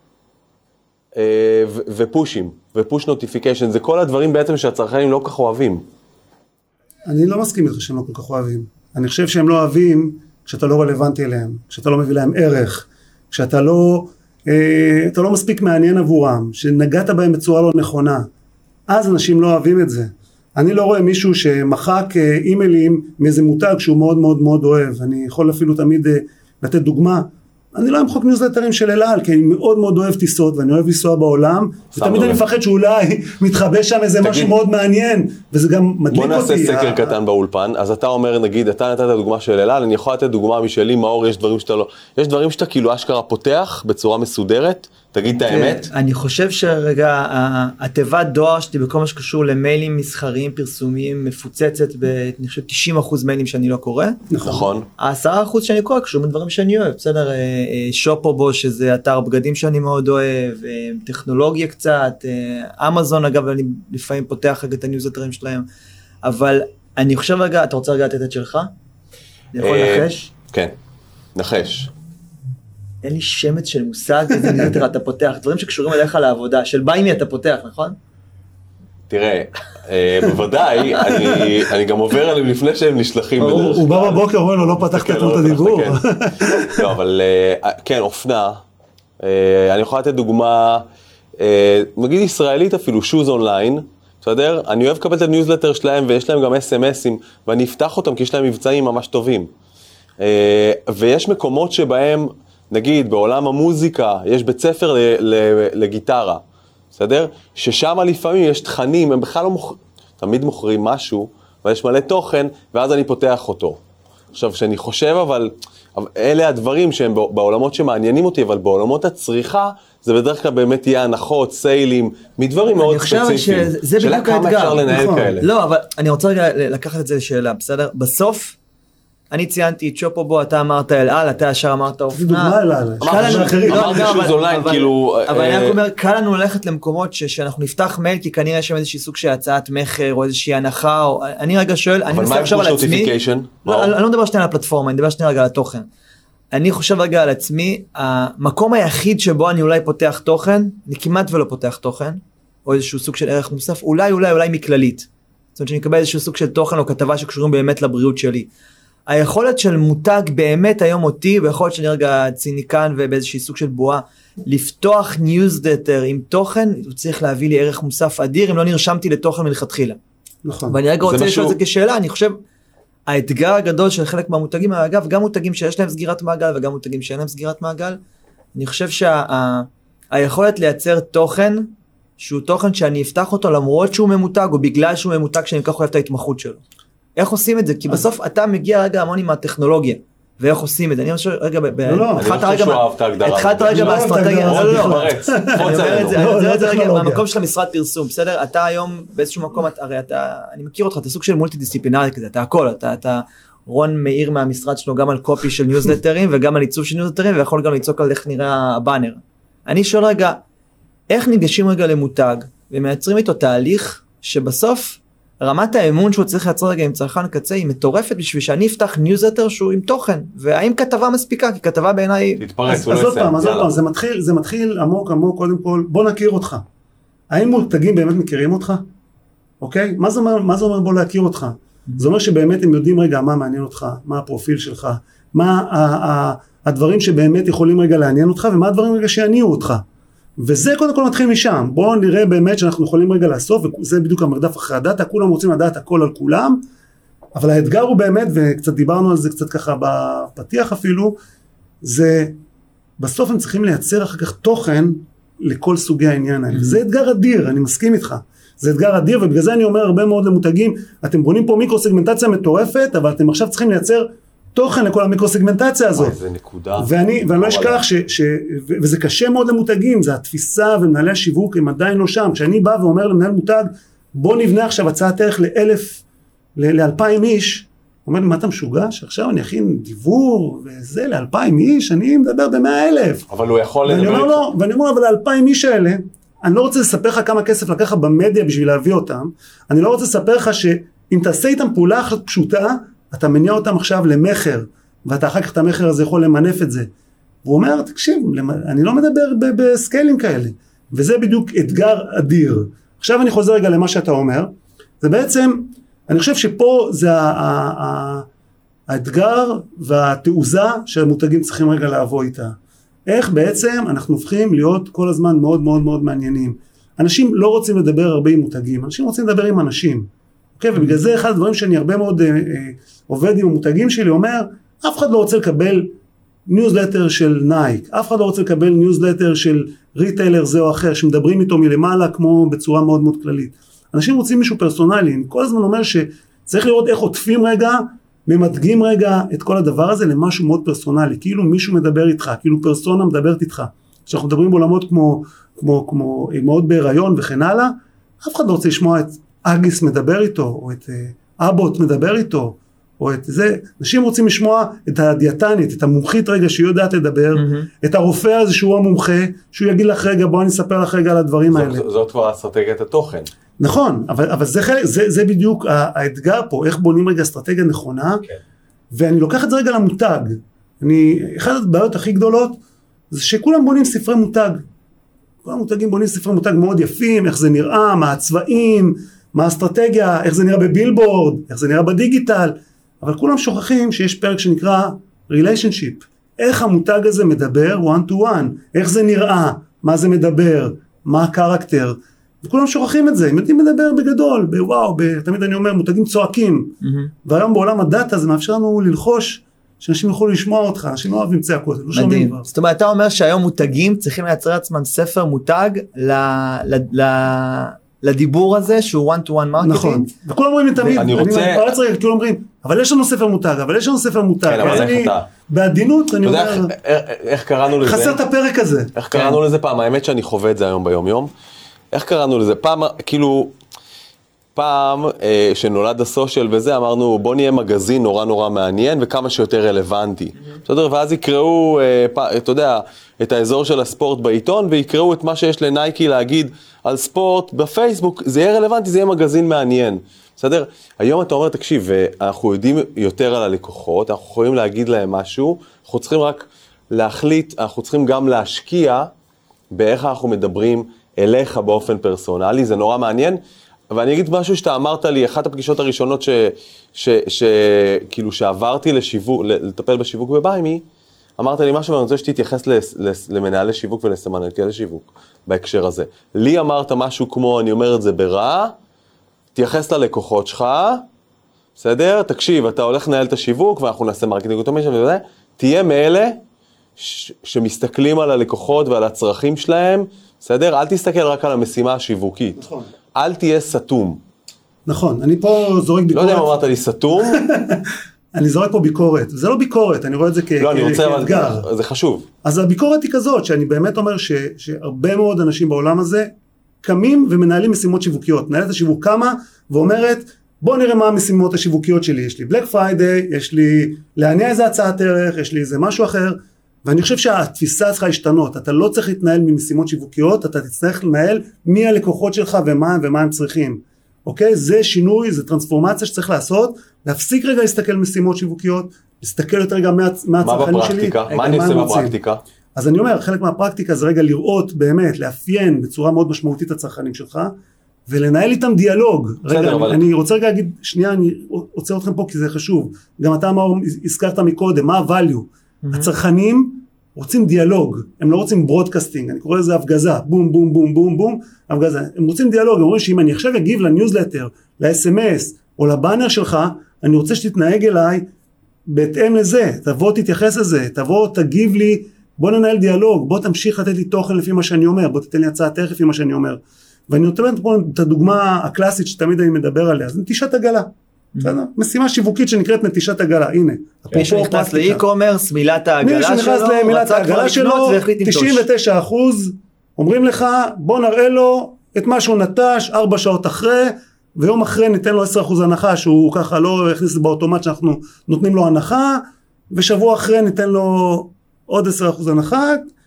ופושים, ופוש נוטיפיקיישן, זה כל הדברים בעצם שהצרכנים לא כך אוהבים. אני לא מסכים איתך שהם לא כל כך אוהבים. אני חושב שהם לא אוהבים כשאתה לא רלוונטי אליהם, כשאתה לא מביא להם ערך, כשאתה לא מספיק מעניין עבורם, שנגעת בהם בצורה לא נכונה. אז אנשים לא אוהבים את זה. אני לא רואה מישהו שמחק אימיילים מאיזה מותג שהוא מאוד מאוד מאוד אוהב. אני יכול אפילו תמיד לתת דוגמה. אני לא אמחוק ניוזלטרים של אל-על, כי אני מאוד מאוד אוהב טיסות, ואני אוהב לנסוע בעולם, ותמיד אני מפחד שאולי מתחבא שם איזה משהו מאוד מעניין, וזה גם מדליק אותי. בוא נעשה סקר קטן באולפן, אז אתה אומר, נגיד, אתה נתת דוגמה של אל-על, אני יכול לתת דוגמה משלי, מאור, יש דברים שאתה כאילו אשכרה פותח בצורה מסודרת, תגיד את האמת. אני חושב שרגע, התיבת דואר שלי בכל מה שקשור למיילים מסחריים, פרסומיים, מפוצצת אני חושב 90% מיילים שאני לא קורא. נכון. 10% שאני קורא קשור מדברים שאני אוהב, בסדר? שופובו, שזה אתר בגדים שאני מאוד אוהב, טכנולוגיה קצת, אמזון אגב, אני לפעמים פותח רגע את הניוזלטרים שלהם, אבל אני חושב רגע, אתה רוצה רגע לתת את שלך? אני יכול לנחש? כן, נחש. אין לי שמץ של מושג איזה ניוזלטר אתה פותח, דברים שקשורים אליך לעבודה, של ביימי אתה פותח, נכון? תראה, בוודאי, אני גם עובר עליהם לפני שהם נשלחים. הוא בא בבוקר, אומר לו, לא פתחת את הדיבור. לא, אבל כן, אופנה. אני יכול לתת דוגמה, נגיד ישראלית אפילו, שוז אונליין, בסדר? אני אוהב לקבל את הניוזלטר שלהם, ויש להם גם SMSים, ואני אפתח אותם, כי יש להם מבצעים ממש טובים. ויש מקומות שבהם, נגיד, בעולם המוזיקה, יש בית ספר לגיטרה, בסדר? ששם לפעמים יש תכנים, הם בכלל לא תמיד מוכרים משהו, ויש מלא תוכן, ואז אני פותח אותו. עכשיו, שאני חושב, אבל אלה הדברים שהם בעולמות שמעניינים אותי, אבל בעולמות הצריכה, זה בדרך כלל באמת יהיה הנחות, סיילים, מדברים מאוד ספציפיים. אני חושב שזה בדיוק האתגר. כמה אפשר לנהל כאלה. לא, אבל אני רוצה רגע לקחת את זה לשאלה, בסדר? בסוף, אני ציינתי את שופובו, אתה אמרת אל-על, אתה ישר אמרת אופנה. זה דוגמה אל-על. אמרתי שוז אונליין, כאילו... אבל אני רק אומר, קל לנו ללכת למקומות שאנחנו נפתח מייל, כי כנראה יש שם איזושהי סוג של הצעת מחר, או איזושהי הנחה, או... אני רגע שואל, אני מנסה עכשיו על עצמי... אני לא מדבר שנייה על הפלטפורמה, אני מדבר שנייה רגע על התוכן. אני חושב רגע על עצמי, המקום היחיד שבו אני אולי פותח תוכן, אני כמעט ולא פותח תוכן, או איזשהו סוג של ערך מוסף, אולי מכללית. זאת אומרת שאני אקבל איזשהו סוג של תוכן או כתבה שקשורים באמת לבריאות שלי. היכולת של מותג באמת היום אותי, ויכולת שאני רגע ציניקן ובאיזושהי סוג של בועה, לפתוח ניוזלטר עם תוכן, הוא צריך להביא לי ערך מוסף אדיר, אם לא נרשמתי לתוכן מלכתחילה. נכון. ואני רגע רוצה לשאול את זה כשאלה, אני חושב, האתגר הגדול של חלק מהמותגים, אגב, גם מותגים שיש להם סגירת מעגל, וגם מותגים שאין להם סגירת מעגל, אני חושב שהיכולת לייצר תוכן, שהוא תוכן שאני אפתח אותו למרות שהוא ממותג, או בגלל שהוא ממותג שאני כך אוהב את ההתמחות שלו. איך עושים את זה? כי בסוף אתה מגיע רגע המון עם הטכנולוגיה, ואיך עושים את זה? אני חושב רגע, התחלת רגע באסטרטגיה, אני אומר את זה רגע במקום של המשרד פרסום, בסדר? אתה היום באיזשהו מקום, הרי אני מכיר אותך, אתה סוג של מולטי דיסציפלינרי כזה, אתה הכל, אתה רון מאיר מהמשרד שלו גם על קופי של ניוזלטרים, וגם על עיצוב של ניוזלטרים, ויכול גם לצעוק על איך נראה הבאנר. אני שואל רגע, איך ניגשים רגע למותג, ומייצרים איתו תהליך שבסוף רמת האמון שהוא צריך לייצר רגע עם צרכן קצה היא מטורפת בשביל שאני אפתח ניוזלטר שהוא עם תוכן, והאם כתבה מספיקה, כי כתבה בעיניי... תתפרץ, אז עוד פעם, זה מתחיל עמוק, קודם כל, בוא נכיר אותך. האם מותגים באמת מכירים אותך? אוקיי? מה זה אומר בוא להכיר אותך? זה אומר שבאמת הם יודעים רגע מה מעניין אותך, מה הפרופיל שלך, מה הדברים שבאמת יכולים רגע לעניין אותך, ומה הדברים רגע שיעניעו אותך. וזה קודם כל מתחיל משם, בואו נראה באמת שאנחנו יכולים רגע לאסוף, וזה בדיוק המרדף אחרי הדאטה, כולם רוצים לדעת הכל על כולם, אבל האתגר הוא באמת, וקצת דיברנו על זה קצת ככה בפתיח אפילו, זה בסוף הם צריכים לייצר אחר כך תוכן לכל סוגי העניין האלה, וזה אתגר אדיר, אני מסכים איתך, זה אתגר אדיר, ובגלל זה אני אומר הרבה מאוד למותגים, אתם בונים פה מיקרו-סגמנטציה מטורפת, אבל אתם עכשיו צריכים לייצר תוכן לכל המיקרו-סגמנטציה הזאת. זה נקודה. ואני לא אשכח וזה קשה מאוד למותגים, זה התפיסה ומנהלי השיווק הם עדיין לא שם. כשאני בא ואומר למנהל מותג, בוא נבנה עכשיו הצעת ערך ל-2,000 איש, הוא אומר לי, מה אתה משוגע? שעכשיו אני אכין דיבור וזה ל-2,000 איש, אני מדבר ב-100,000. אבל הוא יכול ואני אומר לו, אבל ל-2,000 איש האלה, אני לא רוצה לספר לך כמה כסף לקחה במדיה בשביל להביא אותם, אני לא רוצה לספר לך שאם תעשה איתם פעולה פשוטה, אתה מניע אותם עכשיו למחר, ואתה אחר כך את המחר הזה יכול למנף את זה. והוא אומר, תקשיב, אני לא מדבר בסקיילים כאלה, וזה בדיוק אתגר אדיר. עכשיו אני חוזר רגע למה שאתה אומר, זה בעצם, אני חושב שפה זה האתגר והתעוזה שהמותגים צריכים רגע לעבור איתה. איך בעצם אנחנו הופכים להיות כל הזמן מאוד מאוד מאוד מעניינים. אנשים לא רוצים לדבר הרבה עם מותגים, אנשים רוצים לדבר עם אנשים. אוקיי, ובגלל זה אחד הדברים שאני הרבה מאוד עובד עם המותגים שלי, אומר, אף אחד לא רוצה לקבל ניוזלטר של נייק, אף אחד לא רוצה לקבל ניוזלטר של ריטיילר זה או אחר, שמדברים איתו מלמעלה כמו בצורה מאוד מאוד כללית. אנשים רוצים מישהו פרסונלי, אני כל הזמן אומר שצריך לראות איך עוטפים רגע, ממדגים רגע את כל הדבר הזה למשהו מאוד פרסונלי, כאילו מישהו מדבר איתך, כאילו פרסונה מדברת איתך. כשאנחנו מדברים בעולמות כמו אמהות בהיריון וכן הלאה, אף אחד לא רוצה לשמוע את אגיס מדבר איתו, או את אבוט מדבר איתו, או את זה, אנשים רוצים לשמוע את הדיאטנית, את המומחית רגע שהיא יודעת לדבר, את הרופא הזה שהוא המומחה, שהוא יגיד לך רגע, בוא אני אספר לך רגע על הדברים האלה. זאת כבר אסטרטגיית התוכן. נכון, אבל זה בדיוק האתגר פה, איך בונים רגע אסטרטגיה נכונה, ואני לוקח את זה רגע למותג. אחת הבעיות הכי גדולות, זה שכולם בונים ספרי מותג. כל המותגים בונים ספרי מותג מאוד יפים, איך זה נראה, מה הצבעים, מה האסטרטגיה, איך זה נראה בבילבורד, איך זה נראה בדיגיטל, אבל כולם שוכחים שיש פרק שנקרא relationship, איך המותג הזה מדבר one to one, איך זה נראה, מה זה מדבר, מה הקרקטר, וכולם שוכחים את זה, הם יודעים לדבר בגדול, בוואו, תמיד אני אומר, מותגים צועקים, והיום בעולם הדאטה זה מאפשר לנו ללחוש, שאנשים יכולו לשמוע אותך, אנשים לא אוהבים צעקות, לא שומעים כבר. זאת אומרת, אתה אומר שהיום מותגים צריכים לייצר עצמם ספר מותג לדיבור הזה שהוא one to one marketing. נכון, וכולם אומרים לי תמיד, אני מתפרץ רגע, כולם אומרים, אבל יש לנו ספר מותג, אבל יש לנו ספר מותג. כן, אבל איך אתה? בעדינות, אני אומר, אתה יודע איך קראנו לזה? חסר את הפרק הזה. איך קראנו לזה פעם? האמת שאני חווה את זה היום ביום יום. איך קראנו לזה? פעם שנולד הסושיאל וזה, אמרנו בוא נהיה מגזין נורא נורא מעניין וכמה שיותר רלוונטי. בסדר? ואז יקראו, אתה יודע, את האזור של הספורט בעיתון, ויקראו את מה שיש לנייקי להגיד על ספורט בפייסבוק, זה יהיה רלוונטי, זה יהיה מגזין מעניין. בסדר? היום אתה אומר, תקשיב, אנחנו יודעים יותר על הלקוחות, אנחנו יכולים להגיד להם משהו, אנחנו צריכים רק להחליט, אנחנו צריכים גם להשקיע באיך אנחנו מדברים אליך באופן פרסונלי, זה נורא מעניין. ואני אגיד משהו שאתה אמרת לי, אחת הפגישות הראשונות כאילו שעברתי לשיווק, לטפל בשיווק בביימי, אמרת לי משהו ואני רוצה שתתייחס למנהלי שיווק ולסמנכ"לי שיווק בהקשר הזה. לי אמרת משהו כמו, אני אומר את זה ברע, תייחס ללקוחות שלך, בסדר? תקשיב, אתה הולך לנהל את השיווק ואנחנו נעשה מרקטינג אוטומיישן וזה, תהיה מאלה שמסתכלים על הלקוחות ועל הצרכים שלהם, בסדר? אל תסתכל רק על המשימה השיווקית. נכון. אל תהיה סתום. נכון, אני פה זורק ביקורת. לא יודע אם אמרת לי סתום. אני זורק פה ביקורת, זה לא ביקורת, אני רואה את זה כאתגר. זה חשוב. אז הביקורת היא כזאת, שאני באמת אומר שהרבה מאוד אנשים בעולם הזה, קמים ומנהלים משימות שיווקיות. מנהלת השיווק קמה ואומרת, בוא נראה מה המשימות השיווקיות שלי. יש לי בלק פריידיי, יש לי להניע איזה הצעת ערך, יש לי איזה משהו אחר. ואני חושב שהתפיסה צריכה להשתנות, אתה לא צריך להתנהל ממשימות שיווקיות, אתה תצטרך לנהל מי הלקוחות שלך ומה הם צריכים, אוקיי? זה שינוי, זה טרנספורמציה שצריך לעשות, להפסיק רגע להסתכל משימות שיווקיות, להסתכל יותר רגע מהצרכנים שלי. מה אני עושה בפרקטיקה? אז אני אומר, חלק מהפרקטיקה זה רגע לראות באמת, לאפיין בצורה מאוד משמעותית את הצרכנים שלך, ולנהל איתם דיאלוג. רגע, אני רוצה רגע להגיד, שנייה, אני רוצה אתכם פה כי זה חשוב, גם אתה הזכרת מקודם, מה ה-value? הצרכנים רוצים דיאלוג, הם לא רוצים ברודקאסטינג, אני קורא לזה הפגזה, בום בום בום בום בום, הפגזה, הם רוצים דיאלוג, הם אומרים שאם אני עכשיו אגיב לניוזלטר, ל-SMS או לבאנר שלך, אני רוצה שתתנהג אליי בהתאם לזה, תבוא תתייחס לזה, תבוא תגיב לי, בוא ננהל דיאלוג, בוא תמשיך לתת לי תוכן לפי מה שאני אומר, בוא תתן לי הצעת ערך לפי מה שאני אומר, ואני נותן פה את הדוגמה הקלאסית שתמיד אני מדבר עליה, זה נטישת עגלה. משימה שיווקית שנקראת נטישת עגלה, הנה. מי שנכנס לאי-קומרס, מילת העגלה שלו, 99% אומרים לך, בוא נראה לו את מה שהוא נטש 4 שעות אחרי, ויום אחרי ניתן לו 10% הנחה, שהוא ככה לא הכניס באוטומט שאנחנו נותנים לו הנחה, ושבוע אחרי ניתן לו עוד 10% הנחה,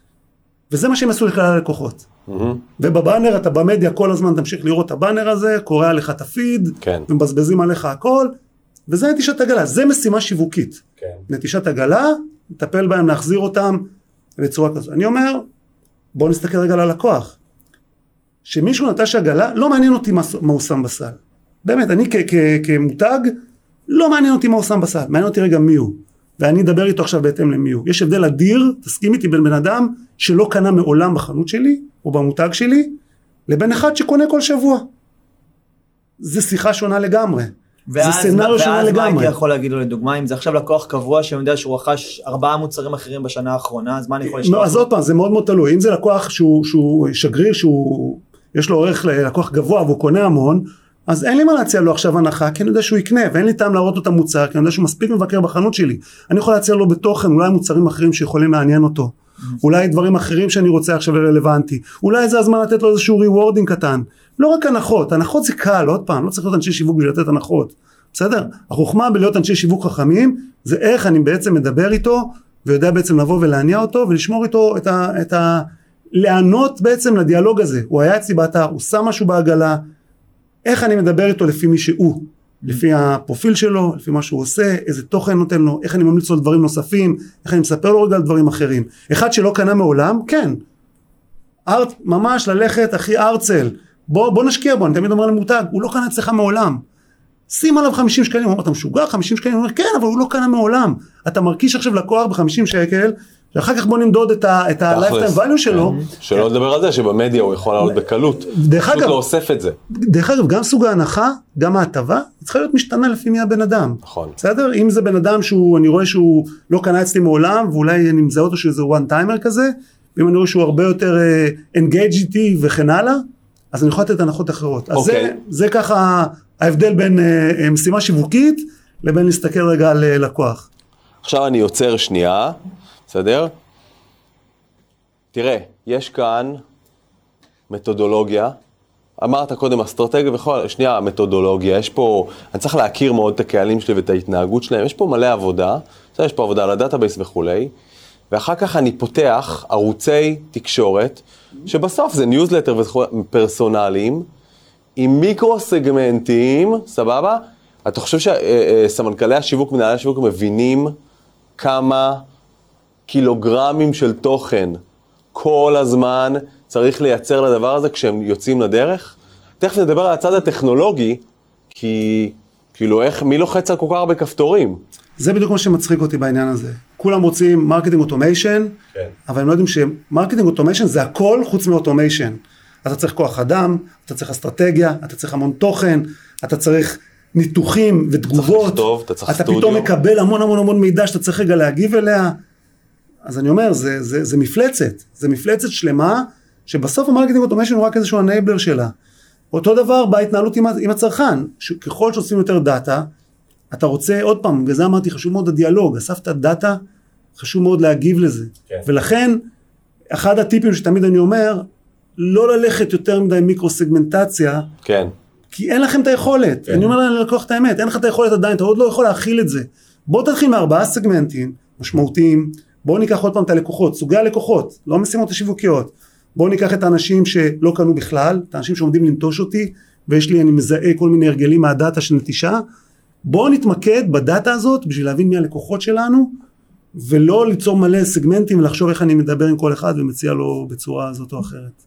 וזה מה שהם עשו לכלל הלקוחות. ובבאנר אתה במדיה כל הזמן תמשיך לראות את הבאנר הזה, קורא עליך את הפיד, ומבזבזים עליך הכל, וזה נטישת עגלה, זה משימה שיווקית. נטישת עגלה, נטפל בהם, להחזיר אותם בצורה כזו. אני אומר, בואו נסתכל רגע על הלקוח. שמישהו נטש עגלה, לא מעניין אותי מה הוא שם בסל. באמת, אני כמותג, לא מעניין אותי מה הוא שם בסל, מעניין אותי רגע מי הוא. ואני אדבר איתו עכשיו בהתאם למי הוא. יש הבדל אדיר, תסכים איתי, בין בן אדם שלא קנה מעולם בחנות שלי, או במותג שלי, לבין אחד שקונה כל שבוע. זה שיחה שונה לגמרי. זה סצנריו שונה לגמרי. ואז מה הייתי יכול להגיד לו לדוגמה, אם זה עכשיו לקוח קבוע שאני יודע שהוא רכש 4 מוצרים אחרים בשנה האחרונה, אז מה אני יכול לשלוח? אז עוד פעם, זה מאוד מאוד תלוי. אם זה לקוח שהוא שגריר, יש לו ערך ללקוח גבוה והוא קונה המון, אז אין לי מה להציע לו עכשיו הנחה, כי אני יודע שהוא יקנה, ואין לי טעם להראות לו את המוצר, כי אני יודע שהוא מספיק מבקר בחנות שלי. אני יכול להציע לו בתוכן, אולי מוצרים אחרים שיכולים לעניין אותו. אולי דברים אחרים שאני רוצה עכשיו רלוונטי, אולי זה הזמן לתת לו איזשהו ריוורדינג קטן, לא רק הנחות, הנחות זה קל, עוד פעם, לא צריך להיות אנשי שיווק בשביל לתת הנחות, בסדר? החוכמה בלהיות אנשי שיווק חכמים, זה איך אני בעצם מדבר איתו, ויודע בעצם לבוא ולהניע אותו, ולשמור איתו לענות בעצם לדיאלוג הזה, הוא היה אצלי באתר, הוא שם משהו בעגלה, איך אני מדבר איתו לפי מי שהוא, לפי הפרופיל שלו, לפי מה שהוא עושה, איזה תוכן נותן לו, איך אני ממליץ לו דברים נוספים, איך אני מספר לו רגע על דברים אחרים. אחד שלא קנה מעולם, כן, ממש ללכת אחי ארצל, בוא נשקיע בו, אני תמיד אומר למותג, הוא לא קנה אצלך מעולם, שים עליו 50 שקלים, הוא אומר, אתה משוגע 50 שקלים, הוא אומר, כן, אבל הוא לא קנה מעולם, אתה מרגיש עכשיו לקוח ב50 שקל, ואחר כך בוא נמדוד את ה-lifetime value שלו. שלא לדבר על זה שבמדיה הוא יכול לעלות בקלות, פשוט לא אוסף את זה. דרך אגב, גם סוג ההנחה, גם ההטבה, צריכה להיות משתנה לפי מי הבן אדם. נכון. בסדר? אם זה בן אדם אני רואה שהוא לא קנה אצלי מעולם, ואולי אני מזהה אותו שזה one timer כזה, ואם אני רואה שהוא הרבה יותר engage איתי וכן הלאה, אז אני יכול לתת הנחות אחרות. אז זה ככה ההבדל בין משימה שיווקית, לבין להסתכל רגע על לקוח. עכשיו אני יוצר שנייה, בסדר? תראה, יש כאן מתודולוגיה, אמרת קודם אסטרטגיה וכל, שנייה, מתודולוגיה, יש פה, אני צריך להכיר מאוד את הקהלים שלי ואת ההתנהגות שלהם, יש פה מלא עבודה, בסדר? יש פה עבודה על הדאטאבייס וכולי, ואחר כך אני פותח ערוצי תקשורת, שבסוף זה ניוזלטר ופרסונליים, עם מיקרו סגמנטים, סבבה? אתה חושב שסמנכ"לי השיווק, מנהלי השיווק מבינים כמה קילוגרמים של תוכן כל הזמן צריך לייצר לדבר הזה כשהם יוצאים לדרך? תכף נדבר על הצד הטכנולוגי, כי כאילו מי לוחץ על כל כך הרבה כפתורים? זה בדיוק מה שמצחיק אותי בעניין הזה. כולם רוצים מרקטינג אוטומיישן, אבל הם לא יודעים שמרקטינג אוטומיישן זה הכל חוץ מאוטומיישן. אתה צריך כוח אדם, אתה צריך אסטרטגיה, אתה צריך המון תוכן, אתה צריך ניתוחים ותגובות, אתה פתאום מקבל המון מידע שאתה צריך רגע להגיב אליה. אז אני אומר, זה מפלצת, זה מפלצת שלמה, שבסוף המרקטינג אוטומיישן הוא רק איזשהו אנייבלר שלה. אותו דבר בהתנהלות עם הצרכן, ככל שעושים יותר דאטה, אתה רוצה, עוד פעם, בגלל זה אמרתי, חשוב מאוד הדיאלוג, אספת דאטה, חשוב מאוד להגיב לזה. כן. ולכן, אחד הטיפים שתמיד אני אומר, לא ללכת יותר מדי מיקרו-סגמנטציה, כן. כי אין לכם את היכולת. כן. אני אומר ללקוח את האמת, אין לך את היכולת עדיין, אתה עוד לא יכול להכיל את זה. בוא תתחיל מ4 סגמנטים משמעותיים, בוא ניקח עוד פעם את הלקוחות, סוגי הלקוחות, לא משימות השיווקיות. בוא ניקח את האנשים שלא קנו בכלל, את האנשים שעומדים לנטוש אותי, ויש לי, אני מזהה כל מיני הרגלים מהדאטה של נטישה. בואו נתמקד בדאטה הזאת, בשביל להבין מי הלקוחות שלנו, ולא ליצור מלא סגמנטים, ולחשוב איך אני מדבר עם כל אחד, ומציע לו בצורה הזאת או אחרת.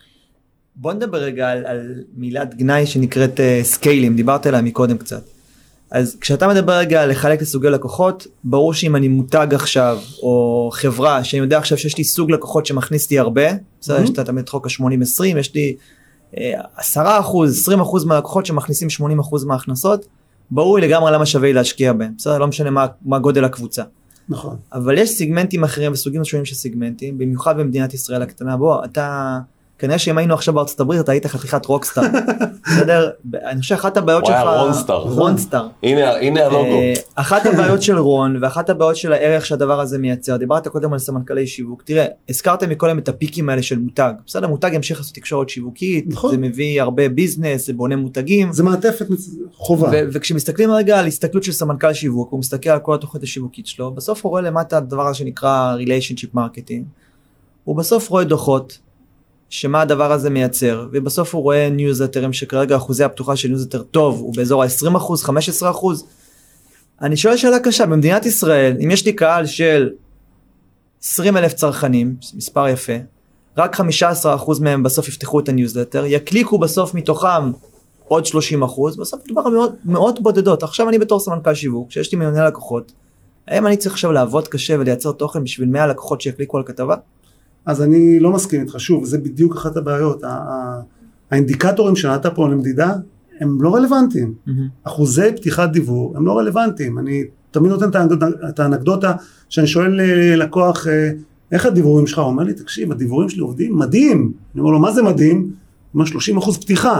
בוא נדבר רגע על מילת גנאי שנקראת סקיילים, דיברת עליה מקודם קצת. אז כשאתה מדבר רגע על לחלק לסוגי לקוחות, ברור שאם אני מותג עכשיו, או חברה, שאני יודע עכשיו שיש לי סוג לקוחות שמכניס לי הרבה, בסדר, יש את חוק ה-80-20, יש לי 10%, 20% מהלקוחות שמכניסים 80% מההכנסות, ברור לי לגמרי למה שווה לי להשקיע בהם, בסדר, לא משנה מה גודל הקבוצה. נכון. אבל יש סיגמנטים אחרים וסוגים שונים של סיגמנטים, במיוחד במדינת ישראל הקטנה, בוא, אתה... כנראה שאם היינו עכשיו בארצות הברית, אתה היית חתיכת רוקסטאר. בסדר? אני חושב שאחת הבעיות שלך... רונסטאר. הנה הלוגו. אחת הבעיות של רון, ואחת הבעיות של הערך שהדבר הזה מייצר, דיברת קודם על סמנכ"לי שיווק, תראה, הזכרתם מקודם את הפיקים האלה של מותג. בסדר, מותג ימשיך לעשות תקשורת שיווקית, זה מביא הרבה ביזנס, זה בונה מותגים. זה מעטפת חובה. וכשמסתכלים רגע על הסתכלות של סמנכ"ל שיווק, הוא מסתכל על כל התוכנית השיווקית שלו, בסוף הוא רואה למטה הדבר הזה שנקרא relationship marketing. הוא בסוף רואה דוחות שמה הדבר הזה מייצר, ובסוף הוא רואה ניוזלטרים שכרגע אחוזי הפתוחה של ניוזלטר טוב, הוא באזור ה-20%, 15%. אני שואל שאלה קשה, במדינת ישראל, אם יש לי קהל של 20,000 צרכנים, מספר יפה, רק 15% מהם בסוף יפתחו את הניוזלטר, יקליקו בסוף מתוכם עוד 30%, בסוף מדובר על מאות בודדות. עכשיו אני בתור סמנכ"ל שיווק, שיש לי מיליוני לקוחות, האם אני צריך עכשיו לעבוד קשה ולייצר תוכן בשביל 100 לקוחות שיקליקו על כתבה? אז אני לא מסכים איתך, שוב, זה בדיוק אחת הבעיות, האינדיקטורים שנתת פה למדידה, הם לא רלוונטיים, אחוזי פתיחת דיבור, הם לא רלוונטיים, אני תמיד נותן את האנקדוטה, שאני שואל לקוח, איך הדיבורים שלך? הוא אומר לי, תקשיב, הדיבורים שלי עובדים, מדהים, אני אומר לו, מה זה מדהים? הוא אומר 30% פתיחה,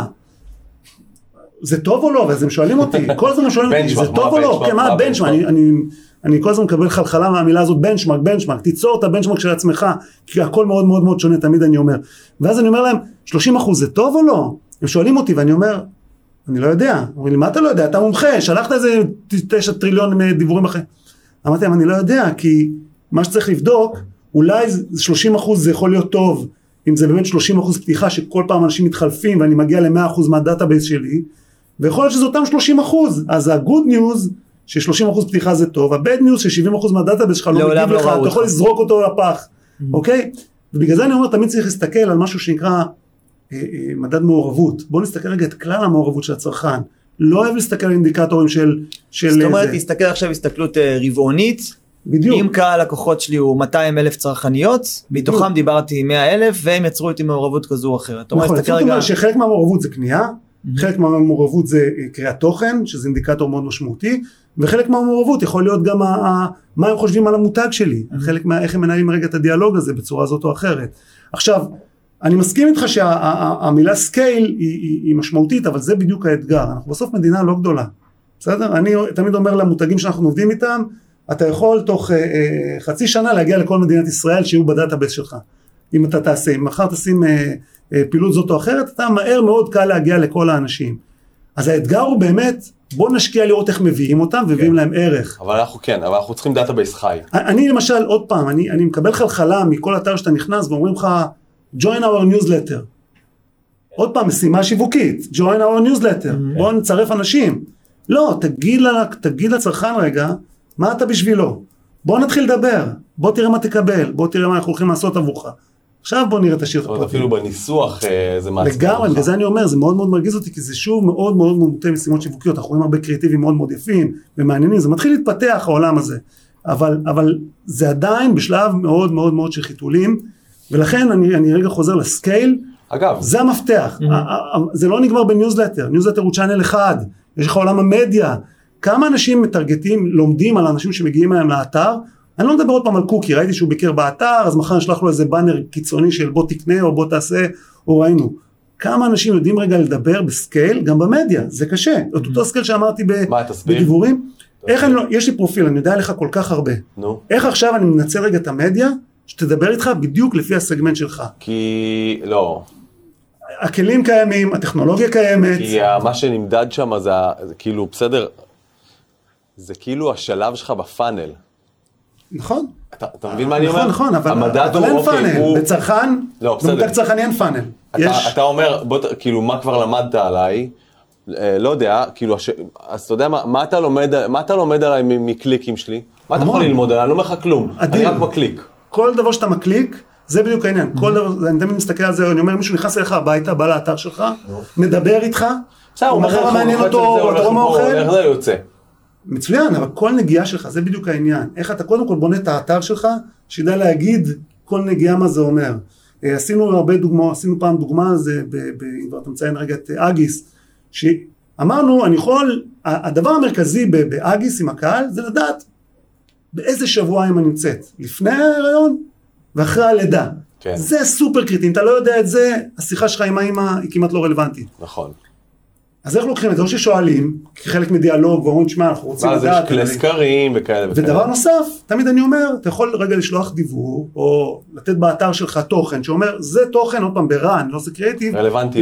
זה טוב או לא? ואז הם שואלים אותי, כל הזמן שואלים אותי, זה טוב או לא? מה הבנצ'מרק? אני כל הזמן מקבל חלחלה מהמילה הזאת, בנצ'מרק, תיצור את הבנצ'מרק של עצמך, כי הכל מאוד מאוד מאוד שונה, תמיד אני אומר. ואז אני אומר להם, 30% זה טוב או לא? הם שואלים אותי ואני אומר, אני לא יודע. אומרים לי, מה אתה לא יודע? אתה מומחה, שלחת איזה 9 טריליון דיבורים אחרי. אמרתי להם, אני לא יודע, כי מה שצריך לבדוק, אולי 30% זה יכול להיות טוב, אם זה באמת 30% פתיחה, שכל פעם אנשים מתחלפים, ואני מגיע ל100% מהדאטאבייס שלי, ויכול להיות שזה אותם 30%. אז ה-good news, ש30% פתיחה זה טוב, ה-bad news, ש70% מהדאטאבייס שלך לא מגיב לך, אתה יכול לזרוק אותו לפח, אוקיי? ובגלל זה אני אומר, תמיד צריך להסתכל על משהו שנקרא מדד מעורבות. בואו נסתכל רגע את כלל המעורבות של הצרכן. לא אוהב להסתכל על אינדיקטורים של... זאת אומרת, תסתכל עכשיו הסתכלות רבעונית, בדיוק. אם קהל לקוחות שלי הוא 200,000 צרכניות, מתוכם דיברתי 100,000, והם יצרו איתי מעורבות כזו או אחרת. נכון, זאת אומרת שחלק מהמעורבות זה קנייה, חלק מהמעורבות זה קריאת תוכן, שזה אינדיקטור מאוד משמעותי, וחלק מהמעורבות יכול להיות גם מה הם חושבים על המותג שלי, חלק איך הם מנהלים רגע את הדיאלוג הזה בצורה זאת או אחרת. עכשיו, אני מסכים איתך שהמילה סקייל היא משמעותית, אבל זה בדיוק האתגר. אנחנו בסוף מדינה לא גדולה. בסדר? אני תמיד אומר למותגים שאנחנו עובדים איתם, אתה יכול תוך חצי שנה להגיע לכל מדינת ישראל שיהיו בדאטאבייס שלך. אם אתה תעשה, אם מחר תשים פעילות זאת או אחרת, אתה מהר מאוד קל להגיע לכל האנשים. אז האתגר הוא באמת, בוא נשקיע לראות איך מביאים אותם, ומביאים להם ערך. אבל אנחנו צריכים דאטאבייס חי. אני למשל, עוד פעם, אני מקבל חלחלה מכל אתר שאתה נכנס, ואומרים לך, join our newsletter. עוד פעם, משימה שיווקית, join our newsletter. בוא נצרף אנשים. לא, תגיד לצרכן רגע, מה אתה בשבילו? בוא נתחיל לדבר, בוא תראה מה תקבל, בוא תראה מה אנחנו הולכים לעשות עבורך. עכשיו בוא נראה את השיר. אפילו בניסוח זה מעצבן. לגמרי, בגלל זה אני אומר, זה מאוד מאוד מרגיז אותי, כי זה שוב מאוד מאוד מוטה משימות שיווקיות, אנחנו רואים הרבה קריאטיבים מאוד מאוד יפים ומעניינים, זה מתחיל להתפתח העולם הזה, אבל זה עדיין בשלב מאוד מאוד מאוד של חיתולים, ולכן אני רגע חוזר לסקייל, אגב, זה המפתח, זה לא נגמר בניוזלטר, ניוזלטר הוא צ'אנל אחד, יש לך עולם המדיה, כמה אנשים מטרגטים, לומדים על האנשים שמגיעים אליהם לאתר, אני לא מדבר עוד פעם על קוקי, ראיתי שהוא ביקר באתר, אז מחר נשלח לו איזה באנר קיצוני של בוא תקנה או בוא תעשה, או ראינו. כמה אנשים יודעים רגע לדבר בסקייל, גם במדיה, זה קשה. אותו סקייל שאמרתי בדיבורים, איך אני לא, יש לי פרופיל, אני יודע לך כל כך הרבה. איך עכשיו אני מנצל רגע את המדיה, שתדבר איתך בדיוק לפי הסגמנט שלך. כי לא. הכלים קיימים, הטכנולוגיה קיימת. כי מה שנמדד שם זה כאילו, בסדר, זה כאילו השלב שלך בפאנל. נכון. אתה מבין מה אני אומר? נכון, אבל אין פאנל. בצרכן, במותג צרכני אין פאנל. אתה אומר, כאילו, מה כבר למדת עליי? לא יודע, כאילו, אז אתה יודע, מה אתה לומד עליי מקליקים שלי? מה אתה יכול ללמוד עליי? אני לא אומר לך כלום. אני רק מקליק. כל דבר שאתה מקליק, זה בדיוק העניין. כל דבר, אני תמיד מסתכל על זה, אני אומר, מישהו נכנס אליך הביתה, בא לאתר שלך, מדבר איתך, הוא מחר מעניין אותו, אתה רואה מה אוכל. איך זה יוצא? מצוין, אבל כל נגיעה שלך, זה בדיוק העניין. איך אתה קודם כל בונה את האתר שלך, שידע להגיד כל נגיעה מה זה אומר. עשינו הרבה דוגמאות, עשינו פעם דוגמה, אם אתה מציין רגע את אגיס, שאמרנו, אני יכול, הדבר המרכזי באגיס עם הקהל, זה לדעת באיזה שבוע האמא נמצאת, לפני ההיריון ואחרי הלידה. כן. זה סופר קריטי, אם אתה לא יודע את זה, השיחה שלך עם האמא היא כמעט לא רלוונטית. נכון. אז איך לוקחים את זה? או ששואלים, כחלק מדיאלוג, ואומרים, שמה, אנחנו רוצים לדעת. ואז יש כלי סקרים וכאלה. ודבר נוסף, תמיד אני אומר, אתה יכול רגע לשלוח דיוור, או לתת באתר שלך תוכן, שאומר, זה תוכן, עוד פעם, ברן, לא זה קריאטיב. רלוונטי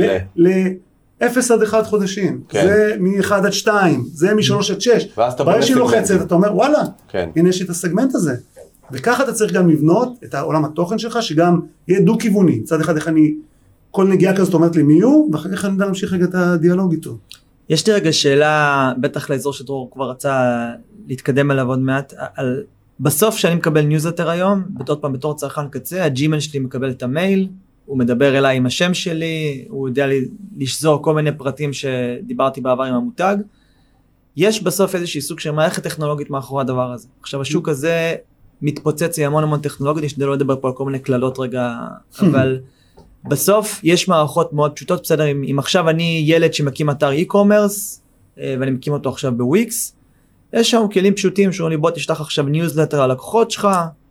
ל-0 עד 1 חודשים. כן. זה מ-1 עד 2, זה מ-3 עד 6. ואז אתה בונה שהיא לוחצת, אתה אומר, וואלה, כן. הנה יש את הסגמנט הזה. וככה אתה צריך גם לבנות את העולם התוכן שלך, שגם יהיה דו-כיווני. צד אחד, איך אני, כל נגיעה כזאת אומרת לי מי הוא, ואחר כך אני יודע להמשיך רגע את הדיאלוג איתו. יש לי רגע שאלה, בטח לאזור שדרור כבר רצה להתקדם עליו עוד מעט, בסוף שאני מקבל ניוזלטר היום, עוד פעם בתור צרכן קצה, הג'ימייל שלי מקבל את המייל, הוא מדבר אליי עם השם שלי, הוא יודע לשזור כל מיני פרטים שדיברתי בעבר עם המותג, יש בסוף איזושהי סוג של מערכת טכנולוגית מאחורי הדבר הזה. עכשיו השוק הזה מתפוצץ עם המון טכנולוגיות, נשתדל לא לדבר פה על כל מיני כללות רגע, אבל בסוף יש מערכות מאוד פשוטות, בסדר, אם עכשיו אני ילד שמקים אתר e-commerce, ואני מקים אותו עכשיו בוויקס, יש שם כלים פשוטים שאומרים לי, בוא תשלח עכשיו ניוזלטר על לקוחות שלך,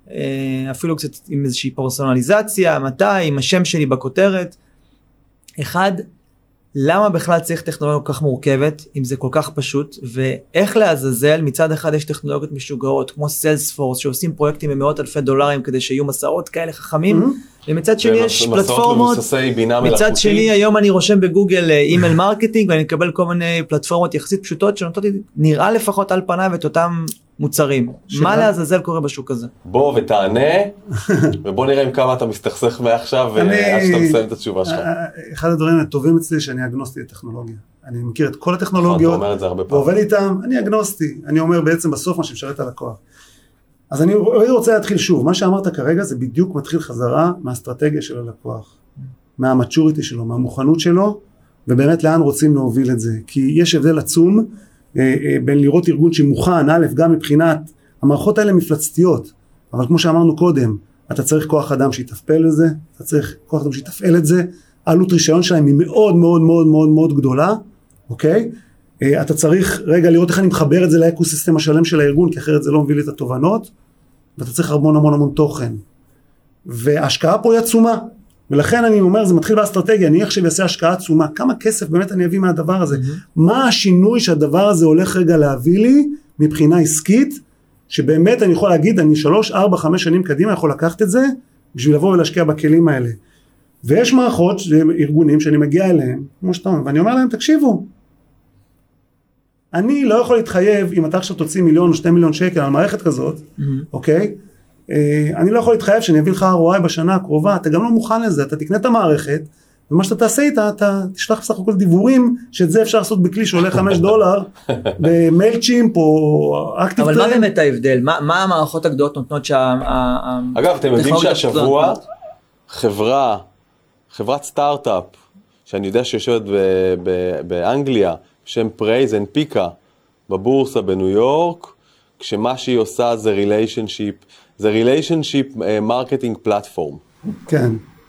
אפילו קצת עם איזושהי פרסונליזציה, מתי, עם השם שלי בכותרת. אחד, למה בכלל צריך טכנולוגיה כל כך מורכבת, אם זה כל כך פשוט, ואיך לעזאזל, מצד אחד יש טכנולוגיות משוגעות, כמו סיילספורס, שעושים פרויקטים במאות אלפי דולרים, כדי שיהיו מסעות כאלה חכמים, ומצד שני יש פלטפורמות, מצד שני היום אני רושם בגוגל אימייל מרקטינג, ואני מקבל כל מיני פלטפורמות יחסית פשוטות, שנותנות לי, נראה לפחות על פניו את אותם מוצרים. מה לעזאזל קורה בשוק הזה? בוא ותענה, ובוא נראה עם כמה אתה מסתכסך מעכשיו, עד שאתה מסיים את התשובה שלך. אחד הדברים הטובים אצלי, שאני אגנוסטי לטכנולוגיה. אני מכיר את כל הטכנולוגיות, ועובד איתם, אני אגנוסטי. אני אומר בעצם בסוף מה שמשרת הלקוח. אז אני רוצה להתחיל שוב, מה שאמרת כרגע זה בדיוק מתחיל חזרה מהאסטרטגיה של הלקוח, מהמצ'וריטי שלו, מהמוכנות שלו, ובאמת לאן רוצים להוביל את זה. כי יש הבדל עצום בין לראות ארגון שמוכן, א', גם מבחינת, המערכות האלה מפלצתיות, אבל כמו שאמרנו קודם, אתה צריך כוח אדם שיתפעל לזה, אתה צריך כוח אדם שיתפעל את זה, העלות רישיון שלהם היא מאוד מאוד מאוד מאוד מאוד גדולה, אוקיי? אתה צריך רגע לראות איך אני מחבר את זה לאקוסיסטם השלם של הארגון, כי אחרת זה לא מביא לי את התובנות, ואתה צריך המון המון המון תוכן. וההשקעה פה היא עצומה, ולכן אני אומר, זה מתחיל באסטרטגיה, אני עכשיו אעשה השקעה עצומה, כמה כסף באמת אני אביא מהדבר הזה, מה השינוי שהדבר הזה הולך רגע להביא לי, מבחינה עסקית, שבאמת אני יכול להגיד, אני 3, 4, 5 שנים קדימה יכול לקחת את זה, בשביל לבוא ולהשקיע בכלים האלה. ויש מערכות, ארגונים שאני מגיע אליהם, כמו שאתה אומר, ואני אומר להם, תקשיבו, אני לא יכול להתחייב, אם אתה עכשיו תוציא 1 מיליון או 2 מיליון שקל על מערכת כזאת, אוקיי? אני לא יכול להתחייב שאני אביא לך ROI בשנה הקרובה, אתה גם לא מוכן לזה, אתה תקנה את המערכת, ומה שאתה תעשה איתה, אתה תשלח בסך הכל דיבורים, שאת זה אפשר לעשות בכלי שעולה $5, במיילצ'ימפ או אקטיב טרייד. אבל מה באמת ההבדל? מה המערכות הגדולות נותנות אגב, אתם יודעים שהשבוע חברת סטארט-אפ, שאני יודע שיושבת באנגליה, שם פרייז הנפיקה בבורסה בניו יורק, כשמה שהיא עושה זה relationship marketing platform. כן.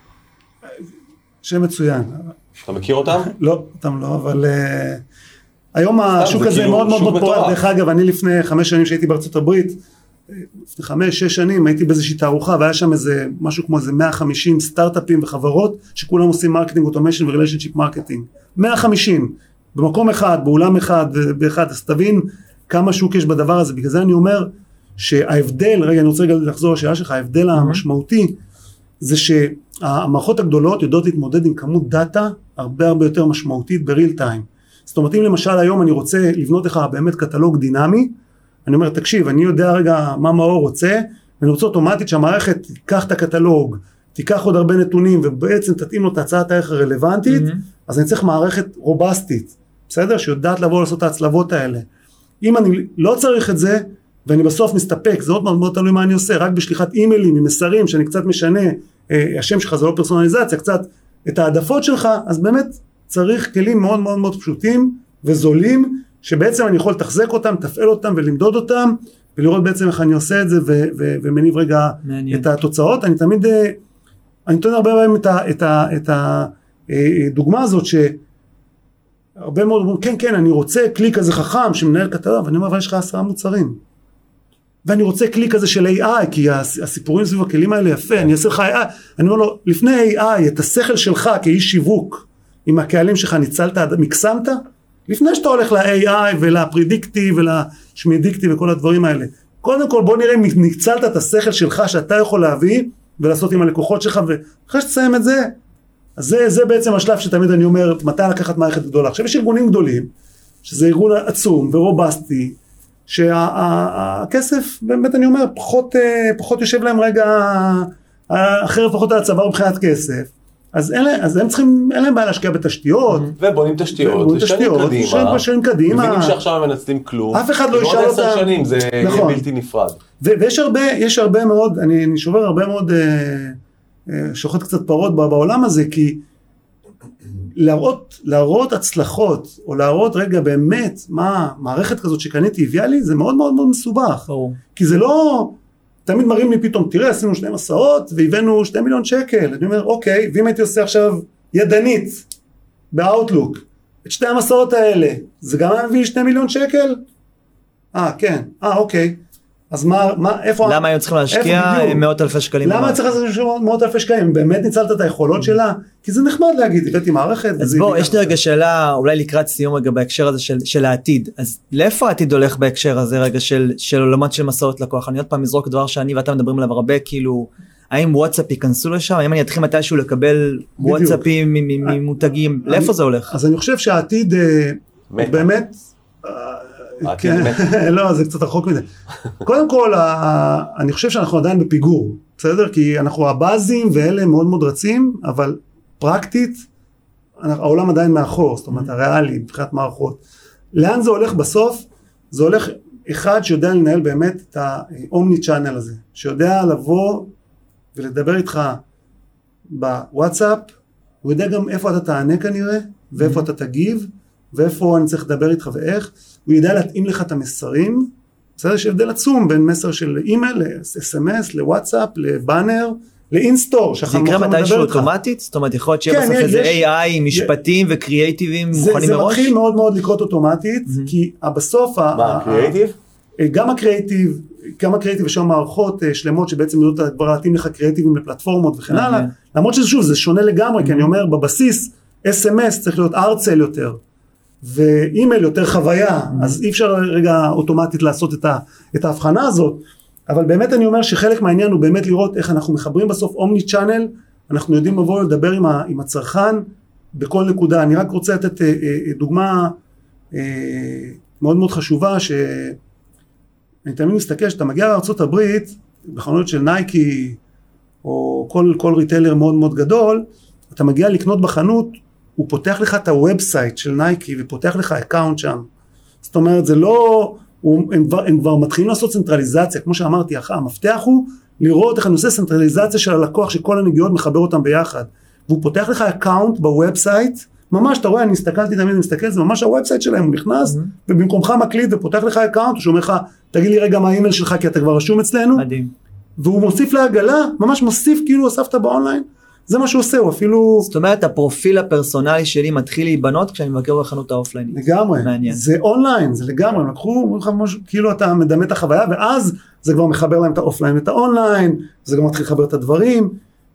שם מצוין. אתה מכיר אותם? לא, אותם לא, אבל היום השוק הזה מאוד מאוד מאוד פורט. דרך אגב, אני לפני 5 שנים שהייתי בארצות הברית, לפני 5-6 שנים הייתי באיזושהי תערוכה, והיה שם איזה משהו כמו איזה 150 סטארט-אפים וחברות, שכולם עושים מרקטינג אוטומיישן וריליישנשיפ מרקטינג. 150, במקום אחד, באולם אחד, באחד, אז תבין כמה שוק יש בדבר הזה. בגלל זה אני אומר שההבדל, רגע אני רוצה רגע לחזור לשאלה שלך, ההבדל המשמעותי, זה שהמערכות הגדולות יודעות להתמודד עם כמות דאטה הרבה הרבה יותר משמעותית בריל טיים. זאת אומרת, אם למשל היום אני רוצה לבנות לך באמת קטלוג דינמי, אני אומר, תקשיב, אני יודע רגע מה מאור רוצה, ואני רוצה אוטומטית שהמערכת תיקח את הקטלוג, תיקח עוד הרבה נתונים, ובעצם תתאים לו את הצעת הערך הרלוונטית, אז אני צריך מערכת רובסטית, בסדר? שיודעת לבוא לעשות את ההצלבות האלה. אם אני לא צריך את זה, ואני בסוף מסתפק, זה עוד מאוד תלוי מה אני עושה, רק בשליחת אימיילים עם מסרים, שאני קצת משנה, השם שלך זה לא פרסונליזציה, קצת את העדפות שלך, אז באמת צריך כלים מאוד מאוד מאוד פשוטים וזולים, שבעצם אני יכול לתחזק אותם, תפעל אותם ולמדוד אותם, ולראות בעצם איך אני עושה את זה, ומניב רגע את התוצאות. אני תמיד, אני נותן הרבה פעמים את הדוגמה הזאת, שהרבה מאוד אומרים, כן, אני רוצה כלי כזה חכם, שמנהל קטלוג, ואני אומר, אבל יש לך 10 מוצרים. ואני רוצה כלי כזה של AI, כי הסיפורים סביב הכלים האלה יפה, אני אעשה לך AI, אני אומר לו, לפני AI, את השכל שלך כאיש שיווק, עם הקהלים שלך ניצלת, מקסמת, לפני שאתה הולך ל-AI ולפרדיקטיב ולשמידיקטיב וכל הדברים האלה. קודם כל בוא נראה אם ניצלת את השכל שלך שאתה יכול להביא ולעשות עם הלקוחות שלך, ואחרי שתסיים את זה, אז זה בעצם השלב שתמיד אני אומר, מתי לקחת מערכת גדולה. עכשיו יש ארגונים גדולים, שזה ארגון עצום ורובסטי, שהכסף, באמת אני אומר, פחות יושב להם רגע, אחרי פחות הצבא מבחינת כסף, אז הם צריכים, אין להם בעיה להשקיע בתשתיות. ובונים תשתיות, שנים קדימה. מבינים שעכשיו הם מנצלים כלום. אף אחד לא ישאל אותם. עוד 10 שנים זה יהיה בלתי נפרד. ויש הרבה מאוד, אני שובר הרבה מאוד, שוחט קצת פרות בעולם הזה, כי להראות הצלחות, או להראות רגע באמת מה מערכת כזאת שקניתי הביאה לי, זה מאוד מאוד מאוד מסובך. כי זה לא, תמיד מראים לי פתאום, תראה, עשינו 2 מסעות, והבאנו 2 מיליון שקל. אני אומר, אוקיי, ואם הייתי עושה עכשיו ידנית, באוטלוק, את 2 המסעות האלה, זה גם מביא 2 מיליון שקל? כן, אוקיי. אז איפה... למה היו צריכים להשקיע מאות אלפי שקלים? למה צריך להשקיע מאות אלפי שקלים? באמת ניצלת את היכולות שלה? כי זה נחמד להגיד, הבאתי מערכת. אז בוא, יש לי רגע שאלה, אולי לקראת סיום רגע בהקשר הזה של העתיד. אז לאיפה העתיד הולך בהקשר הזה רגע של עולמות של מסעות לקוח? אני עוד פעם מזרוק דבר שאני ואתה מדברים עליו הרבה, כאילו, האם וואטסאפ ייכנסו לשם? האם אני אתחיל מתישהו לקבל וואטסאפים ממותגים? לאיפה זה הולך? אז אני חושב שהעתיד באמת... לא, זה קצת רחוק מזה. קודם כל, אני חושב שאנחנו עדיין בפיגור, בסדר? כי אנחנו הבאזים ואלה מאוד מאוד רצים, אבל פרקטית, העולם עדיין מאחור, זאת אומרת, הריאלי, מבחינת מערכות. לאן זה הולך בסוף? זה הולך אחד שיודע לנהל באמת את האומני צ'אנל הזה, שיודע לבוא ולדבר איתך בוואטסאפ, הוא יודע גם איפה אתה תענה כנראה, ואיפה אתה תגיב, ואיפה אני צריך לדבר איתך ואיך, הוא ידע להתאים לך את המסרים, בסדר, יש הבדל עצום בין מסר של אימייל, ל-SMS, לוואטסאפ, לבאנר, לאינסטור, זה יקרה מתישהו אוטומטית? זאת אומרת, יכול להיות שיהיה בסוף איזה AI, משפטים וקריאטיבים מוכנים מראש? זה מתחיל מאוד מאוד לקרות אוטומטית, כי בסוף... מה, הקריאטיב? גם הקריאטיב, יש שם מערכות שלמות שבעצם יודעות כבר להתאים לך קריאטיבים לפלטפורמות וכן הלאה, למרות שזה שוב, זה שונה לגמרי, כי אני אומר, בבסיס, SMS צריך להיות ארצל יותר, ואימייל יותר חוויה, אז אי אפשר רגע אוטומטית לעשות את ההבחנה הזאת, אבל באמת אני אומר שחלק מהעניין הוא באמת לראות איך אנחנו מחברים בסוף אומני צ'אנל, אנחנו יודעים לבוא לדבר עם הצרכן בכל נקודה. אני רק רוצה לתת דוגמה מאוד מאוד חשובה, שאני תמיד מסתכל, שאתה מגיע לארצות הברית, בחנויות של נייקי, או כל ריטיילר מאוד מאוד גדול, אתה מגיע לקנות בחנות, הוא פותח לך את הוובסייט של נייקי, ופותח לך אקאונט שם. זאת אומרת, זה לא, הם כבר מתחילים לעשות צנטרליזציה, כמו שאמרתי, המפתח הוא לראות איך אני עושה צנטרליזציה של הלקוח, שכל הנגיעות מחבר אותם ביחד. והוא פותח לך אקאונט בוובסייט, ממש, אתה רואה, אני הסתכלתי תמיד, זה ממש הוובסייט שלהם, הוא נכנס, ובמקומך מקליט ופותח לך אקאונט, הוא שאומר לך, תגיד לי רגע מה האימייל שלך, כי אתה כבר רשום אצלנו. מדהים. והוא מוסיף לעגלה, ממש מוסיף כאילו אספת באונליין. זה מה שהוא עושה, הוא אפילו... זאת אומרת, הפרופיל הפרסונלי שלי מתחיל להיבנות כשאני מבקר בחנות האופליינית. לגמרי. מעניין. זה אונליין, זה לגמרי, הם לקחו, כאילו אתה מדמה את החוויה, ואז זה כבר מחבר להם את האופליין ואת האונליין, זה גם מתחיל לחבר את הדברים,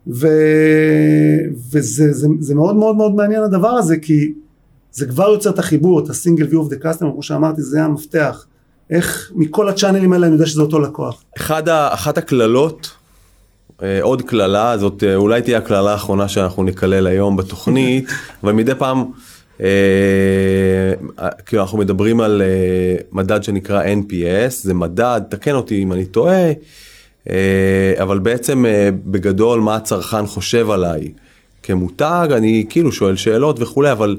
וזה מאוד מאוד מאוד מעניין הדבר הזה, כי זה כבר יוצר את החיבור, את ה-single view of the customer, כמו שאמרתי, זה המפתח. איך מכל הצ'אנלים האלה אני יודע שזה אותו לקוח. אחת הכללות, עוד כללה, זאת אולי תהיה הכללה האחרונה שאנחנו נקלל היום בתוכנית, אבל מדי פעם, כאילו אנחנו מדברים על מדד שנקרא NPS, זה מדד, תקן אותי אם אני טועה, אבל בעצם בגדול מה הצרכן חושב עליי כמותג, אני כאילו שואל שאלות וכולי, אבל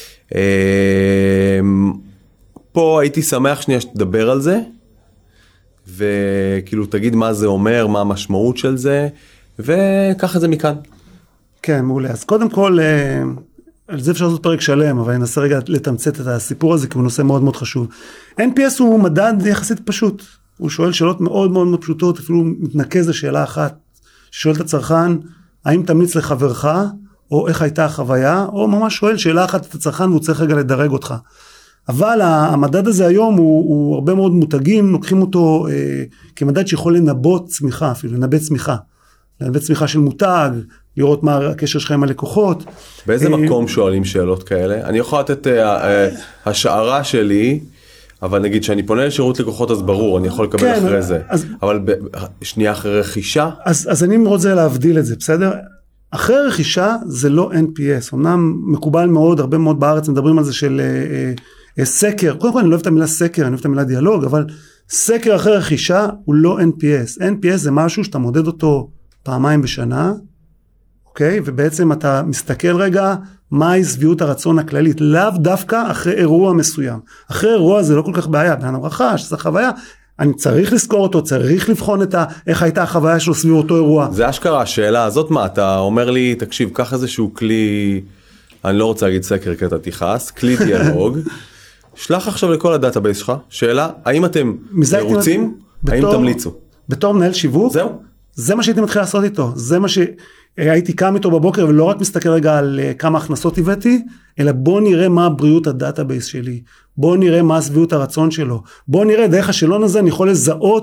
פה הייתי שמח שנייה שתדבר על זה, וכאילו תגיד מה זה אומר, מה המשמעות של זה, וככה זה מכאן. כן, מעולה. אז קודם כל, על זה אפשר לעשות פרק שלם, אבל אני אנסה רגע לתמצת את הסיפור הזה, כי הוא נושא מאוד מאוד חשוב. NPS הוא מדד יחסית פשוט. הוא שואל שאלות מאוד מאוד מאוד פשוטות, אפילו מתנקז לשאלה אחת, ששואל את הצרכן, האם תמליץ לחברך, או איך הייתה החוויה, או ממש שואל שאלה אחת את הצרכן, והוא צריך רגע לדרג אותך. אבל המדד הזה היום הוא הרבה מאוד מותגים, לוקחים אותו כמדד שיכול לנבot צמיחה, אפילו לנבט צמיחה. לנבט צמיחה של מותג, לראות מה הקשר שלך עם הלקוחות. באיזה מקום שואלים שאלות כאלה? אני יכול לתת השערה שלי, אבל נגיד שאני פונה לשירות לקוחות אז ברור, אני יכול לקבל אחרי זה. אבל שנייה אחרי רכישה? אז אני מאוד זה להבדיל את זה, בסדר? אחרי רכישה זה לא NPS, אמנם מקובל מאוד, הרבה מאוד בארץ מדברים על זה של סקר, קודם כל אני לא אוהב את המילה סקר, אני אוהב את המילה דיאלוג, אבל סקר אחרי רכישה הוא לא NPS, NPS זה משהו שאתה מודד אותו פעמיים בשנה, אוקיי? ובעצם אתה מסתכל רגע, מהי שביעות הרצון הכללית, לאו דווקא אחרי אירוע מסוים, אחרי אירוע זה לא כל כך בעיה, בעיה רכש, זה חוויה, אני צריך לזכור אותו, צריך לבחון איך הייתה החוויה שלו סביב אותו אירוע. זה אשכרה, השאלה הזאת מה, אתה אומר לי, תקשיב, קח איזשהו כלי, אני לא רוצה להגיד סקר כי אתה תיחס, כלי דיאלוג, שלח עכשיו לכל הדאטאבייס שלך, שאלה, האם אתם מרוצים, האם תמליצו? בתור מנהל שיווק, זהו. זה מה שהייתי מתחיל לעשות איתו, זה מה שהייתי קם איתו בבוקר, ולא רק מסתכל רגע על כמה הכנסות הבאתי, אלא בוא נראה מה בריאות הדאטאבייס שלי, בוא נראה מה סביבות הרצון שלו, בוא נראה דרך השאלון הזה, אני יכול לזהות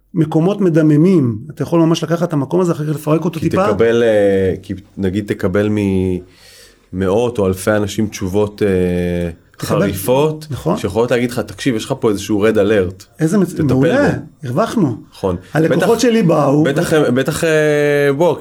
מקומות מדממים, אתה יכול ממש לקחת את המקום הזה, אחר כך לפרק אותו טיפה. כי נגיד תקבל ממאות או אלפי אנשים תשובות חריפות, נכון. שיכולות להגיד לך, תקשיב, יש לך פה איזשהו רד אלרט. מעולה, הרווחנו. נכון. הלקוחות שלי באו. בטח, בוא,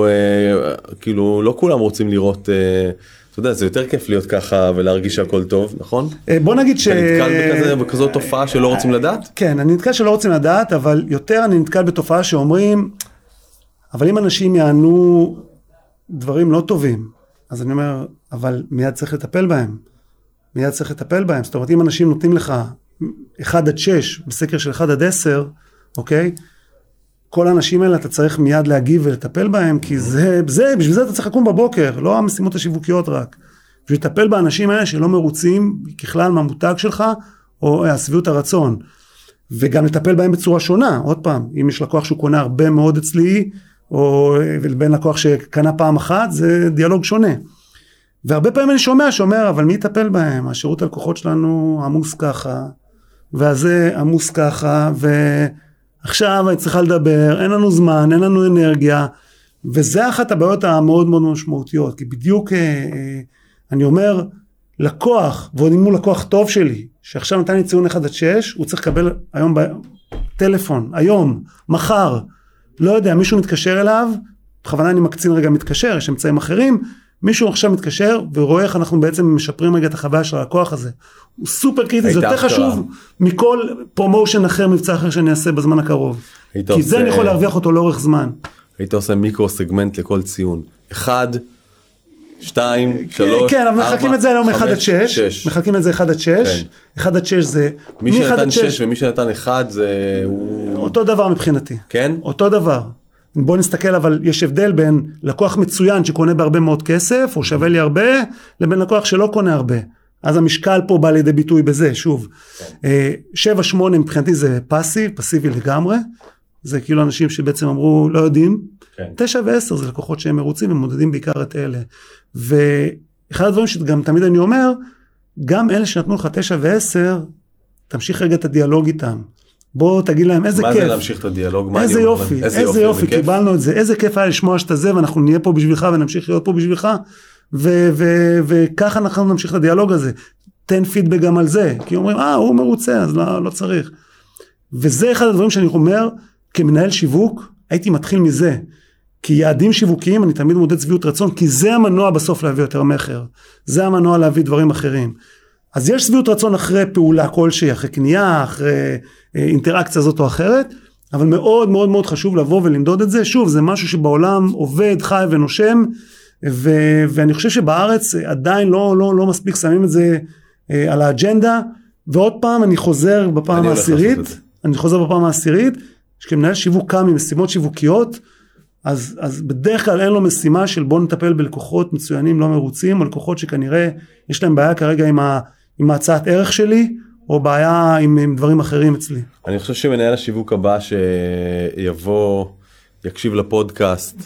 כאילו, לא כולם רוצים לראות, אתה יודע, זה יותר כיף להיות ככה ולהרגיש שהכל טוב, נכון? בוא נגיד ש... אתה נתקל בכזאת תופעה שלא רוצים לדעת? כן, אני נתקל שלא רוצים לדעת, אבל יותר אני נתקל בתופעה שאומרים, אבל אם אנשים יענו דברים לא טובים, אז אני אומר, אבל מיד צריך לטפל בהם. מיד צריך לטפל בהם. זאת אומרת, אם אנשים נותנים לך 1-6, בסקר של 1-10, אוקיי? כל האנשים האלה אתה צריך מיד להגיב ולטפל בהם, כי בשביל זה אתה צריך לקום בבוקר, לא המשימות השיווקיות רק. בשביל לטפל באנשים האלה שלא מרוצים ככלל מהמותג שלך, או הסביבות הרצון. וגם לטפל בהם בצורה שונה. עוד פעם, אם יש לקוח שהוא קונה הרבה מאוד אצלי, או בין לקוח שקנה פעם אחת, זה דיאלוג שונה. והרבה פעמים אני שומע, אבל מי יטפל בהם? השירות הלקוחות שלנו עמוס ככה, והזה עמוס ככה, ועכשיו אני צריכה לדבר, אין לנו זמן, אין לנו אנרגיה, וזה אחת הבעיות המאוד מאוד משמעותיות, כי בדיוק אני אומר, לקוח, ועוד אם הוא לקוח טוב שלי, שעכשיו נתן לי ציון 1-6, הוא צריך לקבל היום טלפון, היום, מחר, לא יודע, מישהו מתקשר אליו, בכוונה אני מקצין רגע מתקשר, יש אמצעים אחרים, מישהו עכשיו מתקשר ורואה איך אנחנו בעצם משפרים רגע את החוויה של הלקוח הזה. הוא סופר קריטי, זה יותר חשוב מכל פרומושן אחר, מבצע אחר שאני אעשה בזמן הקרוב. כי זה אני יכול להרוויח אותו לאורך זמן. היית עושה מיקרו סגמנט לכל ציון. 1, 2, 3, 4, כן, אבל מחלקים את זה היום 1-6. מחלקים את זה 1-6. 1-6 זה... מי שנתן 6 ומי שנתן 1 זה... אותו דבר מבחינתי. כן? אותו דבר. בוא נסתכל, אבל יש הבדל בין לקוח מצוין שקונה בהרבה מאוד כסף, או שווה לי הרבה, לבין לקוח שלא קונה הרבה. אז המשקל פה בא לידי ביטוי בזה, שוב. 7-8 מבחינתי זה פסיבי לגמרי, זה כאילו אנשים שבעצם אמרו לא יודעים, 9 ו10 זה לקוחות שהם מרוצים ומודדים בעיקר את אלה. ואחד הדברים שגם תמיד אני אומר, גם אלה שנתנו לך 9 ו10, תמשיך רגע את הדיאלוג איתם. בוא תגיד להם איזה כיף. מה זה להמשיך את הדיאלוג? איזה יופי, איזה יופי, קיבלנו את זה, איזה כיף היה לשמוע שאתה זה, ואנחנו נהיה פה בשבילך ונמשיך להיות פה בשבילך, וככה אנחנו נמשיך את הדיאלוג הזה. תן פידבק גם על זה, כי אומרים, הוא מרוצה, אז לא צריך. וזה אחד הדברים שאני אומר, כמנהל שיווק, הייתי מתחיל מזה, כי יעדים שיווקיים, אני תמיד מודד שביעות רצון, כי זה המנוע בסוף להביא יותר מחר, זה המנוע להביא דברים אחרים. אז יש שביעות רצון אחרי פעולה כלשהי, אחרי קנייה, אחרי אינטראקציה זאת או אחרת, אבל מאוד מאוד מאוד חשוב לבוא ולמדוד את זה. שוב, זה משהו שבעולם עובד, חי ונושם, ואני חושב שבארץ עדיין לא מספיק שמים את זה על האג'נדה, ועוד פעם אני חוזר בפעם העשירית, שכמנהל שיווק קם עם משימות שיווקיות, אז בדרך כלל אין לו משימה של בוא נטפל בלקוחות מצוינים לא מרוצים, או לקוחות שכנראה יש להם בעיה כרגע עם ההצעת ערך שלי, או בעיה עם דברים אחרים אצלי. אני חושב שמנהל השיווק הבא שיבוא, יקשיב לפודקאסט,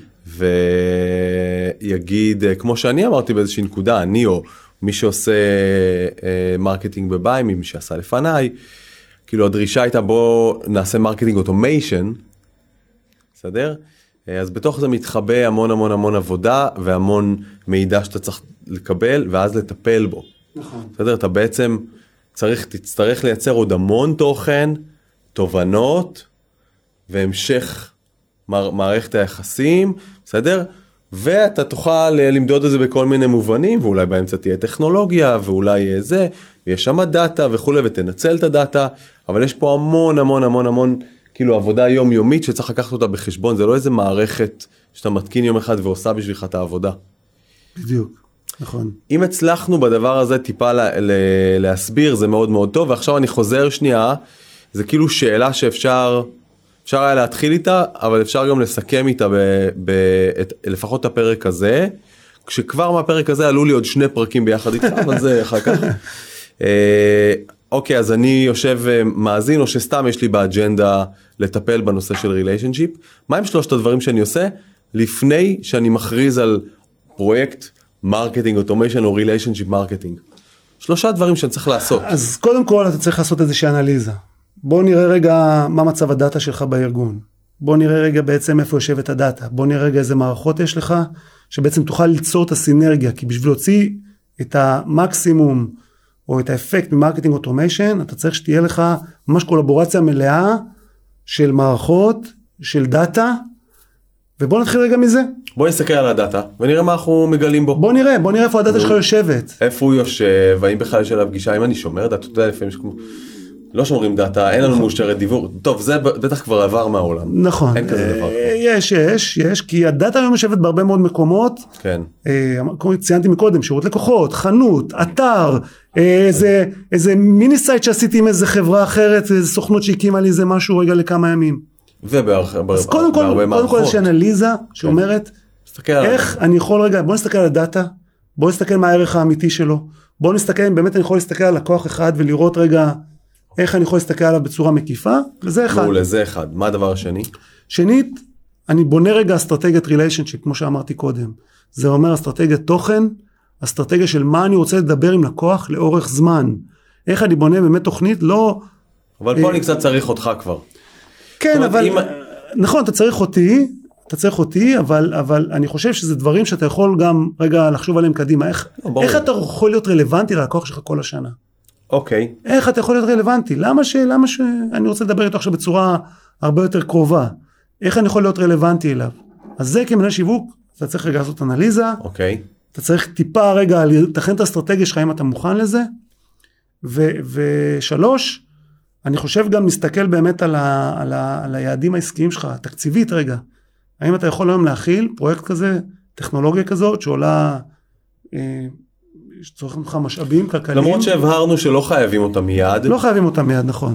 ויגיד, כמו שאני אמרתי באיזושהי נקודה, אני או מי שעושה מרקטינג בביים, מי שעשה לפניי, כאילו הדרישה הייתה בוא נעשה מרקטינג אוטומיישן, בסדר? אז בתוך זה מתחבא המון המון המון עבודה, והמון מידע שאתה צריך לקבל, ואז לטפל בו. נכון. בסדר? אתה בעצם תצטרך לייצר עוד המון תוכן, תובנות, והמשך מערכת היחסים, בסדר? ואתה תוכל למדוד את זה בכל מיני מובנים, ואולי באמצע תהיה טכנולוגיה, ואולי זה, ויש שם דאטה וכו', ותנצל את הדאטה, אבל יש פה המון המון המון המון, כאילו עבודה יומיומית שצריך לקחת אותה בחשבון, זה לא איזה מערכת שאתה מתקין יום אחד ועושה בשבילך את העבודה. בדיוק, נכון. אם הצלחנו בדבר הזה טיפה להסביר, זה מאוד מאוד טוב, ועכשיו אני חוזר שנייה, זה כאילו שאלה שאפשר היה להתחיל איתה, אבל אפשר גם לסכם איתה לפחות את הפרק הזה, כשכבר מהפרק הזה עלו לי עוד 2 פרקים ביחד איתך, אבל זה אחר כך. אוקיי, אז אני יושב מאזין, או שסתם יש לי באג'נדה לטפל בנושא של ריליישנשיפ. מה הם 3 הדברים שאני עושה לפני שאני מכריז על פרויקט מרקטינג אוטומיישן או ריליישנשיפ מרקטינג? 3 דברים שאני צריך לעשות. אז קודם כל אתה צריך לעשות איזושהי אנליזה. בוא נראה רגע מה מצב הדאטה שלך בארגון. בוא נראה רגע בעצם איפה יושבת הדאטה. בוא נראה רגע איזה מערכות יש לך, שבעצם תוכל ליצור את הסינרגיה, כי בשביל להוציא את המקסימום, או את האפקט ממרקטינג אוטומיישן, אתה צריך שתהיה לך ממש קולבורציה מלאה, של מערכות, של דאטה, ובוא נתחיל רגע מזה. בוא נסתכל על הדאטה, ונראה מה אנחנו מגלים בו. בוא נראה איפה הדאטה שלך יושבת. איפה הוא יושב, והאם בכלל יש עליו פגישה, אם אני שומר דאטה, אתה יודע, לפעמים לא שומרים דאטה, אין לנו מאושרת דיוור. טוב, זה בטח כבר עבר מהעולם. נכון. אין כזה דבר. יש, כי הדאטה היום יושבת בהרבה מאוד מקומות. כן. כמו ציינתי מקודם, שירות לקוחות, חנות, אתר, איזה מיני סייט שעשיתי עם איזה חברה אחרת, איזה סוכנות שהקימה לי איזה משהו רגע לכמה ימים. אז קודם כל יש אנליזה שאומרת, איך אני יכול רגע, בוא נסתכל על הדאטה, בוא נסתכל מה הערך האמיתי שלו, בוא נסתכל אם באמת אני יכול להסתכל על לקוח אחד ולראות רגע איך אני יכול להסתכל עליו בצורה מקיפה, וזה אחד. מעולה, זה אחד. מה הדבר השני? שנית, אני בונה רגע אסטרטגיית ריליישנשיפ, כמו שאמרתי קודם. זה אומר אסטרטגיית תוכן, אסטרטגיה של מה אני רוצה לדבר עם לקוח לאורך זמן. איך אני בונה באמת תוכנית, לא... אבל פה אני קצת צריך אותך כבר. כן, אבל... נכון, אתה צריך אותי, אבל אני חושב שזה דברים שאתה יכול גם רגע לחשוב עליהם קדימה. איך אתה יכול להיות רלוונטי ללקוח שלך כל השנה? אוקיי. איך אתה יכול להיות רלוונטי? למה שאני רוצה לדבר איתו עכשיו בצורה הרבה יותר קרובה? איך אני יכול להיות רלוונטי אליו? אז זה כמנהל שיווק, אתה צריך רגע לעשות אנליזה. אוקיי. אתה צריך טיפה רגע לתכן את האסטרטגיה שלך אם אתה מוכן לזה. ושלוש, אני חושב גם להסתכל באמת על היעדים העסקיים שלך, תקציבית רגע. האם אתה יכול היום להכיל פרויקט כזה, טכנולוגיה כזאת, שעולה, שצריך לך משאבים כלכליים. למרות שהבהרנו שלא חייבים אותה מיד. לא חייבים אותה מיד, נכון.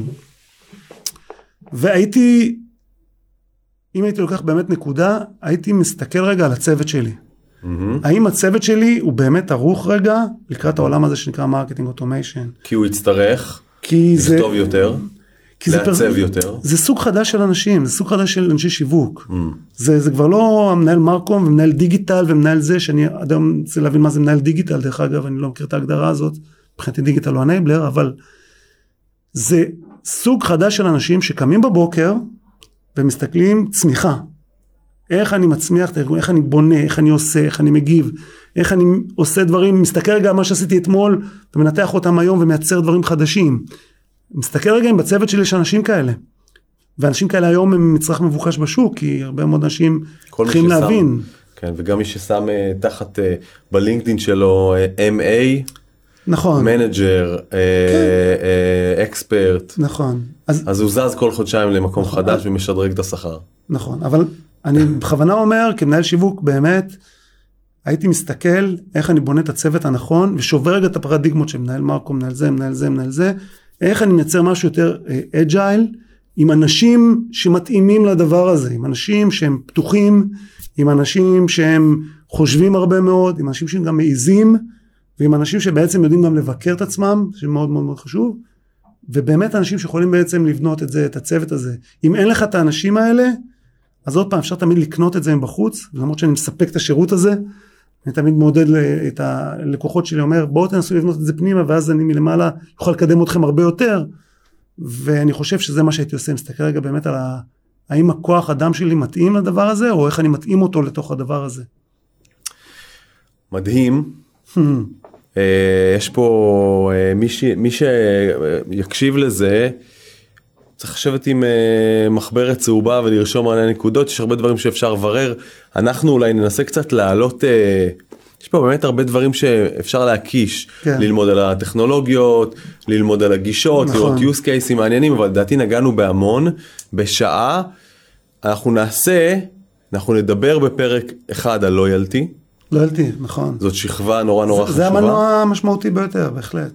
והייתי, אם הייתי לוקח באמת נקודה, הייתי מסתכל רגע על הצוות שלי. האם הצוות שלי הוא באמת ערוך רגע לקראת העולם הזה שנקרא מרקטינג אוטומיישן? כי הוא יצטרך לכתוב יותר, לעצב יותר. זה סוג חדש של אנשים, זה סוג חדש של אנשי שיווק. זה כבר לא המנהל מרקום ומנהל דיגיטל ומנהל זה, שאני עד היום רוצה להבין מה זה מנהל דיגיטל, דרך אגב אני לא מכיר את ההגדרה הזאת, מבחינתי דיגיטל הוא אנייבלר, אבל זה סוג חדש של אנשים שקמים בבוקר ומסתכלים צמיחה. איך אני מצמיח את הארגון, איך אני בונה, איך אני עושה, איך אני מגיב, איך אני עושה דברים, מסתכל רגע על מה שעשיתי אתמול, ומנתח אותם היום ומייצר דברים חדשים. מסתכל רגע אם בצוות שלי יש אנשים כאלה. ואנשים כאלה היום הם מצרך מבוקש בשוק, כי הרבה מאוד אנשים צריכים להבין. כן, וגם מי ששם תחת בלינקדין שלו MA, נכון. מנג'ר, אקספרט. נכון. אז הוא זז כל חודשיים למקום חדש ומשדרג את השכר. נכון, אבל אני בכוונה אומר, כמנהל שיווק באמת, הייתי מסתכל איך אני בונה את הצוות הנכון, ושובר רגע את הפרדיגמות של מנהל מרקום, מנהל זה, מנהל זה, מנהל זה, איך אני מייצר משהו יותר אג'ייל, עם אנשים שמתאימים לדבר הזה, עם אנשים שהם פתוחים, עם אנשים שהם חושבים הרבה מאוד, עם אנשים שהם גם מעיזים, ועם אנשים שבעצם יודעים גם לבקר את עצמם, שמאוד מאוד מאוד חשוב, ובאמת אנשים שיכולים בעצם לבנות את זה, את הצוות הזה. אם אין לך את האנשים האלה, אז עוד פעם אפשר תמיד לקנות את זה מבחוץ, למרות שאני מספק את השירות הזה, אני תמיד מעודד את הלקוחות שלי, אומר בואו תנסו לבנות את זה פנימה, ואז אני מלמעלה יכול לקדם אתכם הרבה יותר, ואני חושב שזה מה שהייתי עושה, מסתכל רגע באמת על האם הכוח אדם שלי מתאים לדבר הזה, או איך אני מתאים אותו לתוך הדבר הזה. מדהים. יש פה מי שיקשיב לזה, צריך לשבת עם מחברת צהובה ולרשום עליה נקודות, יש הרבה דברים שאפשר לברר, אנחנו אולי ננסה קצת להעלות, יש פה באמת הרבה דברים שאפשר להקיש, כן. ללמוד על הטכנולוגיות, ללמוד על הגישות, נכון. לראות use cases מעניינים, אבל לדעתי נגענו בהמון, בשעה, אנחנו נדבר בפרק אחד על לויאלטי. לויאלטי, נכון. זאת שכבה נורא נורא חשובה. זה המנוע המשמעותי ביותר, בהחלט.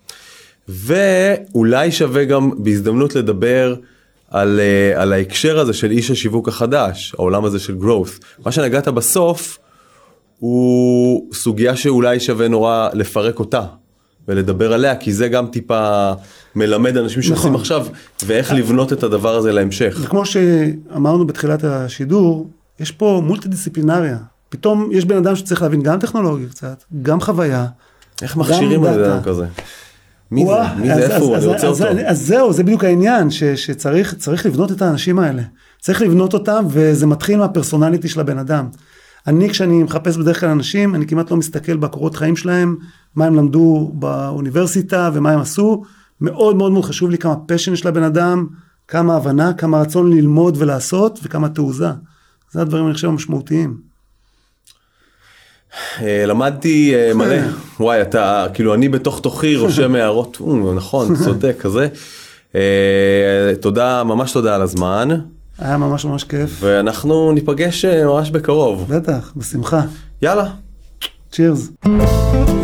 ואולי שווה גם בהזדמנות לדבר על ההקשר הזה של איש השיווק החדש, העולם הזה של growth. מה שנגעת בסוף הוא סוגיה שאולי שווה נורא לפרק אותה ולדבר עליה, כי זה גם טיפה מלמד אנשים שעושים עכשיו, ואיך לבנות את הדבר הזה להמשך. וכמו שאמרנו בתחילת השידור, יש פה מולטי-דיסציפלינריה. פתאום יש בן אדם שצריך להבין גם טכנולוגיה קצת, גם חוויה. איך מכשירים על אדם כזה? מי זה? מי זה? איפה הוא? אני רוצה אותו. אז זהו, זה בדיוק העניין, שצריך לבנות את האנשים האלה. צריך לבנות אותם, וזה מתחיל מהפרסונליטי של הבן אדם. כשאני מחפש בדרך כלל אנשים, אני כמעט לא מסתכל בקורות חיים שלהם, מה הם למדו באוניברסיטה ומה הם עשו. מאוד מאוד מאוד חשוב לי כמה פשן יש לבן אדם, כמה הבנה, כמה רצון ללמוד ולעשות, וכמה תעוזה. זה הדברים אני חושב המשמעותיים. למדתי מלא. וואי, אתה, כאילו אני בתוך תוכי רושם הערות, נכון, צודק, כזה. תודה, ממש תודה על הזמן. היה ממש ממש כיף. ואנחנו ניפגש ממש בקרוב. בטח, בשמחה. יאללה. צ'ירס.